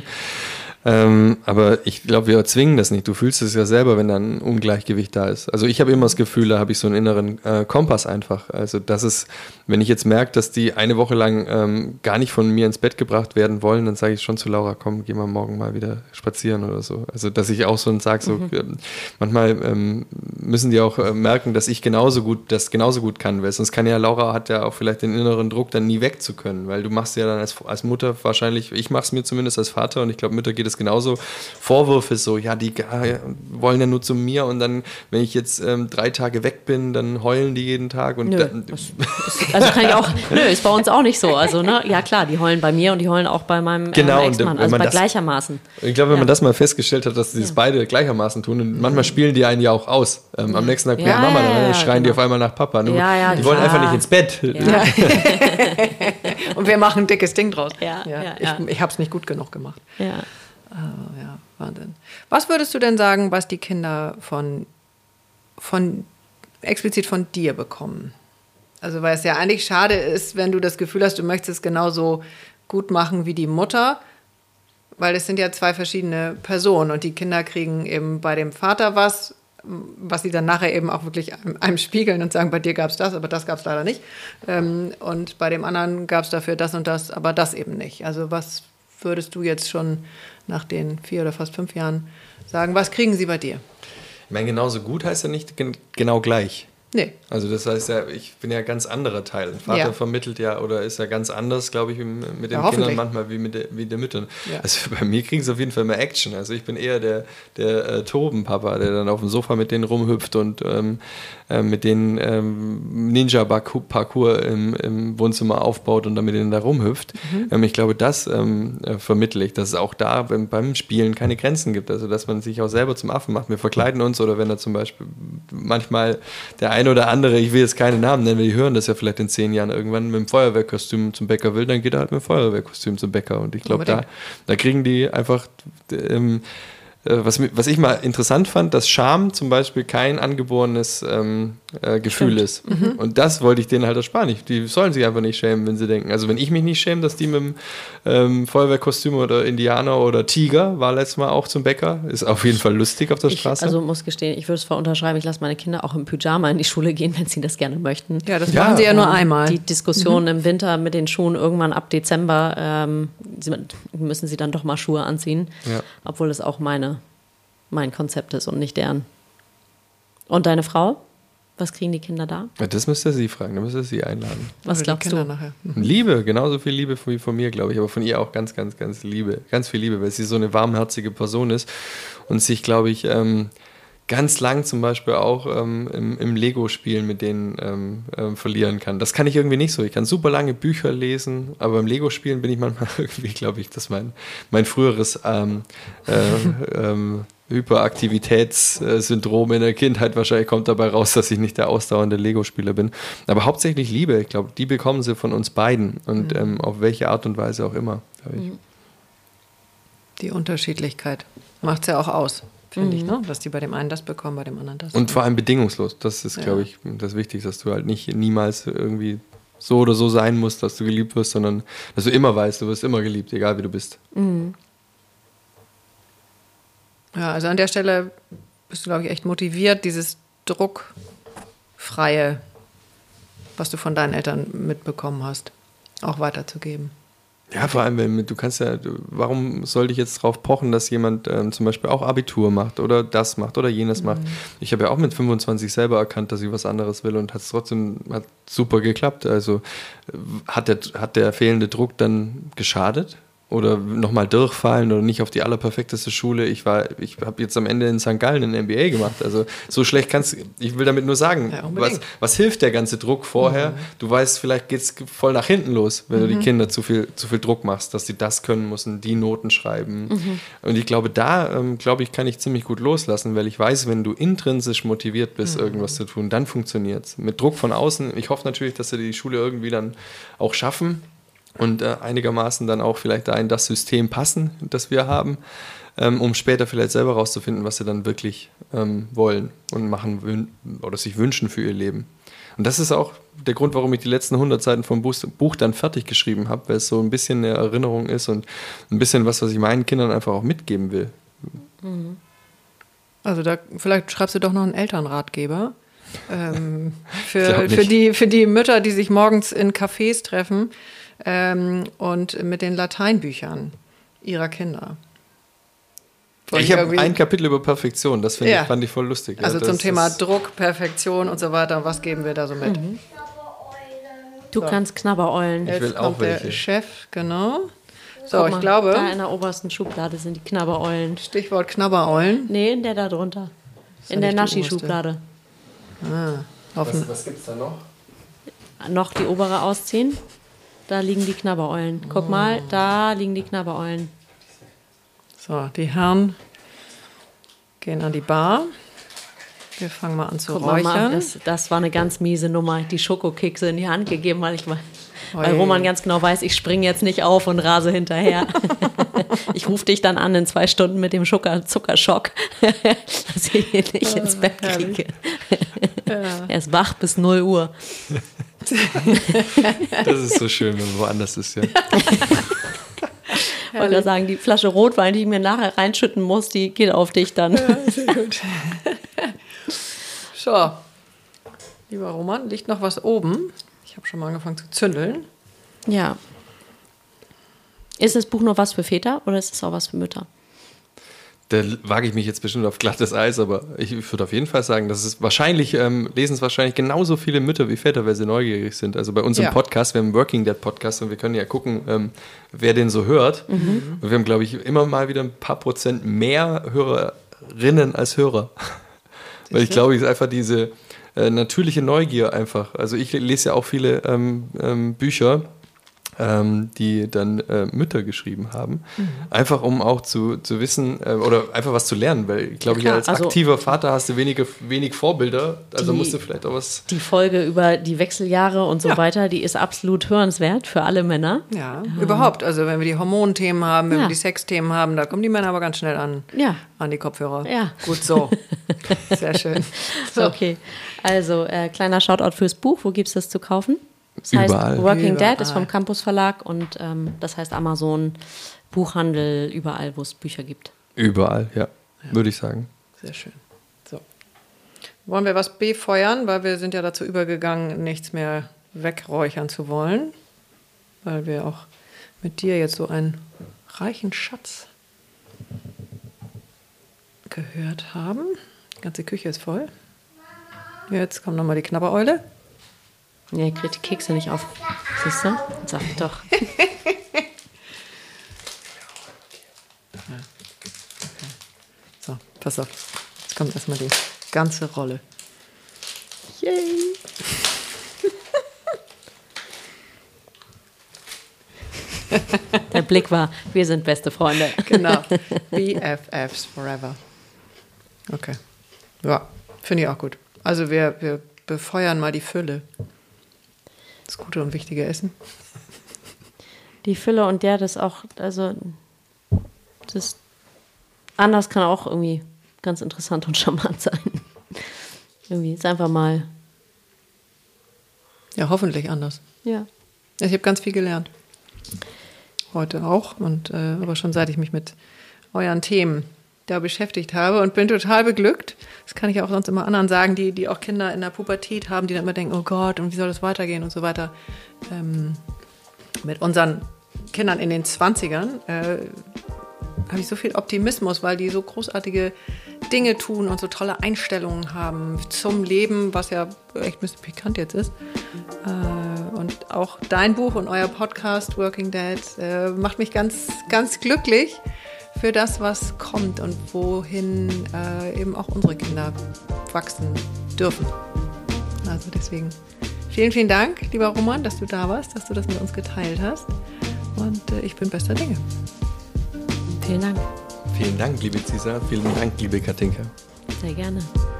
Aber ich glaube, wir zwingen das nicht. Du fühlst es ja selber, wenn da ein Ungleichgewicht da ist. Also ich habe immer das Gefühl, da habe ich so einen inneren Kompass einfach. Also das ist, wenn ich jetzt merke, dass die eine Woche lang gar nicht von mir ins Bett gebracht werden wollen, dann sage ich schon zu Laura, komm, gehen wir morgen mal wieder spazieren oder so. Also dass ich auch so sage, manchmal müssen die auch merken, dass ich genauso gut kann. Weil sonst Laura hat ja auch vielleicht den inneren Druck, dann nie weg zu können. Weil du machst ja dann als Mutter wahrscheinlich, ich mache es mir zumindest als Vater und ich glaube, Mütter geht es genauso, Vorwürfe so, ja, die wollen ja nur zu mir und dann, wenn ich jetzt 3 Tage weg bin, dann heulen die jeden Tag. Und also kann ich auch, ist bei uns auch nicht so. Also, ne, ja klar, die heulen bei mir und die heulen auch bei meinem Ex-Mann, also gleichermaßen. Ich glaube, wenn man das mal festgestellt hat, dass die das beide gleichermaßen tun, und manchmal spielen die einen ja auch aus. Am nächsten Tag bringt Mama, dann schreien die auf einmal nach Papa. Die wollen einfach nicht ins Bett. Ja. Und wir machen ein dickes Ding draus. Ja. Ich habe es nicht gut genug gemacht. Ja. Ja, Wahnsinn. Was würdest du denn sagen, was die Kinder explizit von dir bekommen? Also weil es ja eigentlich schade ist, wenn du das Gefühl hast, du möchtest es genauso gut machen wie die Mutter, weil es sind ja zwei verschiedene Personen und die Kinder kriegen eben bei dem Vater was sie dann nachher eben auch wirklich einem spiegeln und sagen, bei dir gab es das, aber das gab es leider nicht. Und bei dem anderen gab es dafür das und das, aber das eben nicht. Also was würdest du jetzt schon nach den 4 oder fast 5 Jahren sagen, was kriegen sie bei dir? Ich meine, genauso gut heißt ja nicht genau gleich. Nee. Also das heißt ja, ich bin ja ein ganz anderer Teil. Ein Vater vermittelt ja oder ist ja ganz anders, glaube ich, mit den Kindern manchmal wie mit den Müttern. Ja. Also bei mir kriegen sie auf jeden Fall mehr Action. Also ich bin eher der Toben-Papa, der dann auf dem Sofa mit denen rumhüpft und mit den Ninja-Parcours im Wohnzimmer aufbaut und dann mit denen da rumhüpft. Ich glaube, das vermittle ich, dass es auch da beim Spielen keine Grenzen gibt. Also dass man sich auch selber zum Affen macht. Wir verkleiden uns oder wenn da zum Beispiel manchmal der eine oder andere, ich will jetzt keine Namen nennen, weil die hören das ja vielleicht in 10 Jahren irgendwann mit dem Feuerwehrkostüm zum Bäcker will, dann geht er halt mit dem Feuerwehrkostüm zum Bäcker. Und ich glaube, da kriegen die einfach, was ich mal interessant fand, dass Scham zum Beispiel kein angeborenes Gefühl ist. Und das wollte ich denen halt ersparen. Die sollen sich einfach nicht schämen, wenn sie denken. Also wenn ich mich nicht schäme, dass die mit dem Feuerwehrkostüm oder Indianer oder Tiger, war letztes Mal auch zum Bäcker, ist auf jeden Fall lustig auf der Straße. Also muss gestehen, ich würde es voll unterschreiben, ich lasse meine Kinder auch im Pyjama in die Schule gehen, wenn sie das gerne möchten. Ja, das machen sie ja nur einmal. Die Diskussion im Winter mit den Schuhen irgendwann ab Dezember, müssen sie dann doch mal Schuhe anziehen, obwohl es auch mein Konzept ist und nicht deren. Und deine Frau? Was kriegen die Kinder da? Ja, das müsst ihr sie fragen, da müsst ihr sie einladen. Was glaubst du? Nachher. Liebe, genauso viel Liebe wie von mir, glaube ich, aber von ihr auch ganz, ganz, ganz Liebe. Ganz viel Liebe, weil sie so eine warmherzige Person ist und sich, glaube ich, ganz lang zum Beispiel auch im Lego-Spielen mit denen verlieren kann. Das kann ich irgendwie nicht so. Ich kann super lange Bücher lesen, aber beim Lego-Spielen bin ich manchmal irgendwie, glaube ich, dass mein früheres Hyperaktivitätssyndrom in der Kindheit wahrscheinlich kommt dabei raus, dass ich nicht der ausdauernde Lego-Spieler bin. Aber hauptsächlich Liebe, ich glaube, die bekommen sie von uns beiden und auf welche Art und Weise auch immer. Die Unterschiedlichkeit macht es ja auch aus, finde ich, ne? Dass die bei dem einen das bekommen, bei dem anderen das. Und vor allem bedingungslos. Das ist, glaube ich, das Wichtigste, dass du halt niemals irgendwie so oder so sein musst, dass du geliebt wirst, sondern dass du immer weißt, du wirst immer geliebt, egal wie du bist. Ja, also an der Stelle bist du, glaube ich, echt motiviert, dieses Druckfreie, was du von deinen Eltern mitbekommen hast, auch weiterzugeben. Ja, vor allem, du kannst ja, warum sollte ich jetzt drauf pochen, dass jemand zum Beispiel auch Abitur macht oder das macht oder jenes macht. Ich habe ja auch mit 25 selber erkannt, dass ich was anderes will und hat super geklappt. Also hat der fehlende Druck dann geschadet? Oder nochmal durchfallen oder nicht auf die allerperfekteste Schule. Ich habe jetzt am Ende in St. Gallen ein MBA gemacht. Also so schlecht ich will damit nur sagen, was hilft der ganze Druck vorher? Du weißt, vielleicht geht es voll nach hinten los, wenn du die Kinder zu viel Druck machst, dass die das können müssen, die Noten schreiben. Und ich glaube, kann ich ziemlich gut loslassen, weil ich weiß, wenn du intrinsisch motiviert bist, irgendwas zu tun, dann funktioniert es. Mit Druck von außen, ich hoffe natürlich, dass sie die Schule irgendwie dann auch schaffen, und einigermaßen dann auch vielleicht da in das System passen, das wir haben, um später vielleicht selber rauszufinden, was sie dann wirklich wollen und machen oder sich wünschen für ihr Leben. Und das ist auch der Grund, warum ich die letzten 100 Seiten vom Buch dann fertig geschrieben habe, weil es so ein bisschen eine Erinnerung ist und ein bisschen was ich meinen Kindern einfach auch mitgeben will. Also vielleicht schreibst du doch noch einen Elternratgeber für die Mütter, die sich morgens in Cafés treffen, und mit den Lateinbüchern ihrer Kinder. Ich habe ein Kapitel über Perfektion, das fand ich voll lustig. Also zum Thema Druck, Perfektion und so weiter, was geben wir da so mit? Du kannst Knabbereulen. Ich will auch welche. Der Chef, genau. So, Guck mal, ich glaube... Da in der obersten Schublade sind die Knabbereulen. Stichwort Knabbereulen. Nee, in der da drunter. In der Naschi-Schublade. Was gibt's da noch? Noch die obere ausziehen. Da liegen die Knabbereulen. Guck mal, da liegen die Knabbereulen. So, die Herren gehen an die Bar. Wir fangen mal an zu räuchern. Das war eine ganz miese Nummer. Die Schokokekse in die Hand gegeben, weil Roman ganz genau weiß, ich springe jetzt nicht auf und rase hinterher. Ich rufe dich dann an in 2 Stunden mit dem Zuckerschock, dass ich ihn nicht ins Bett kriege. Er ist wach bis 0 Uhr. Das ist so schön, wenn man woanders ist, ja. Ich wollte sagen, die Flasche Rotwein, die ich mir nachher reinschütten muss, die geht auf dich dann. Ja, sehr gut. So, lieber Roman, liegt noch was oben? Ich habe schon mal angefangen zu zündeln. Ja. Ist das Buch nur was für Väter oder ist es auch was für Mütter? Da wage ich mich jetzt bestimmt auf glattes Eis, aber ich würde auf jeden Fall sagen, dass es wahrscheinlich, lesen es wahrscheinlich genauso viele Mütter wie Väter, weil sie neugierig sind. Also bei unserem Podcast, wir haben einen Working Dad Podcast und wir können ja gucken, wer den so hört. Und wir haben, glaube ich, immer mal wieder ein paar Prozent mehr Hörerinnen als Hörer. Weil ich glaube, es ist einfach diese natürliche Neugier einfach. Also ich lese ja auch viele Bücher, die dann Mütter geschrieben haben. Einfach um auch zu wissen oder einfach was zu lernen, weil ich glaube, als aktiver Vater hast du wenig Vorbilder, also musst du vielleicht auch was... Die Folge über die Wechseljahre und so weiter, die ist absolut hörenswert für alle Männer. Ja, überhaupt. Also wenn wir die Hormonthemen haben, wenn wir die Sexthemen haben, da kommen die Männer aber ganz schnell an die Kopfhörer. Ja. Gut so. Sehr schön. So. Okay, also kleiner Shoutout fürs Buch. Wo gibt es das zu kaufen? Das Überall. heißt Working Dad ist vom Campus Verlag und das heißt Amazon, Buchhandel, überall, wo es Bücher gibt. Überall, ja, würde ich sagen. Sehr schön. So. Wollen wir was befeuern, weil wir sind ja dazu übergegangen, nichts mehr wegräuchern zu wollen, weil wir auch mit dir jetzt so einen reichen Schatz gehört haben. Die ganze Küche ist voll. Jetzt kommt nochmal die Knabbereule. Nee, kriegt die Kekse nicht auf. Siehst du? Sag ich doch. So, pass auf. Jetzt kommt erstmal die ganze Rolle. Yay! Der Blick war, wir sind beste Freunde. Genau. BFFs forever. Okay. Ja, finde ich auch gut. Also wir befeuern mal die Fülle. Das gute und wichtige Essen. Die Fülle und das auch, also das anders kann auch irgendwie ganz interessant und charmant sein. Irgendwie ist einfach mal. Ja, hoffentlich anders. Ja. Ich habe ganz viel gelernt. Heute auch. Und aber schon seit ich mich mit euren Themen da beschäftigt habe und bin total beglückt. Das kann ich auch sonst immer anderen sagen, die auch Kinder in der Pubertät haben, die dann immer denken, oh Gott, und wie soll das weitergehen und so weiter. Mit unseren Kindern in den 20ern habe ich so viel Optimismus, weil die so großartige Dinge tun und so tolle Einstellungen haben zum Leben, was ja echt ein bisschen pikant jetzt ist. Und auch dein Buch und euer Podcast Working Dad macht mich ganz, ganz glücklich für das, was kommt und wohin eben auch unsere Kinder wachsen dürfen. Also deswegen vielen, vielen Dank, lieber Roman, dass du da warst, dass du das mit uns geteilt hast. Und ich bin bester Dinge. Vielen Dank. Vielen Dank, liebe Cisa. Vielen Dank, liebe Katinka. Sehr gerne.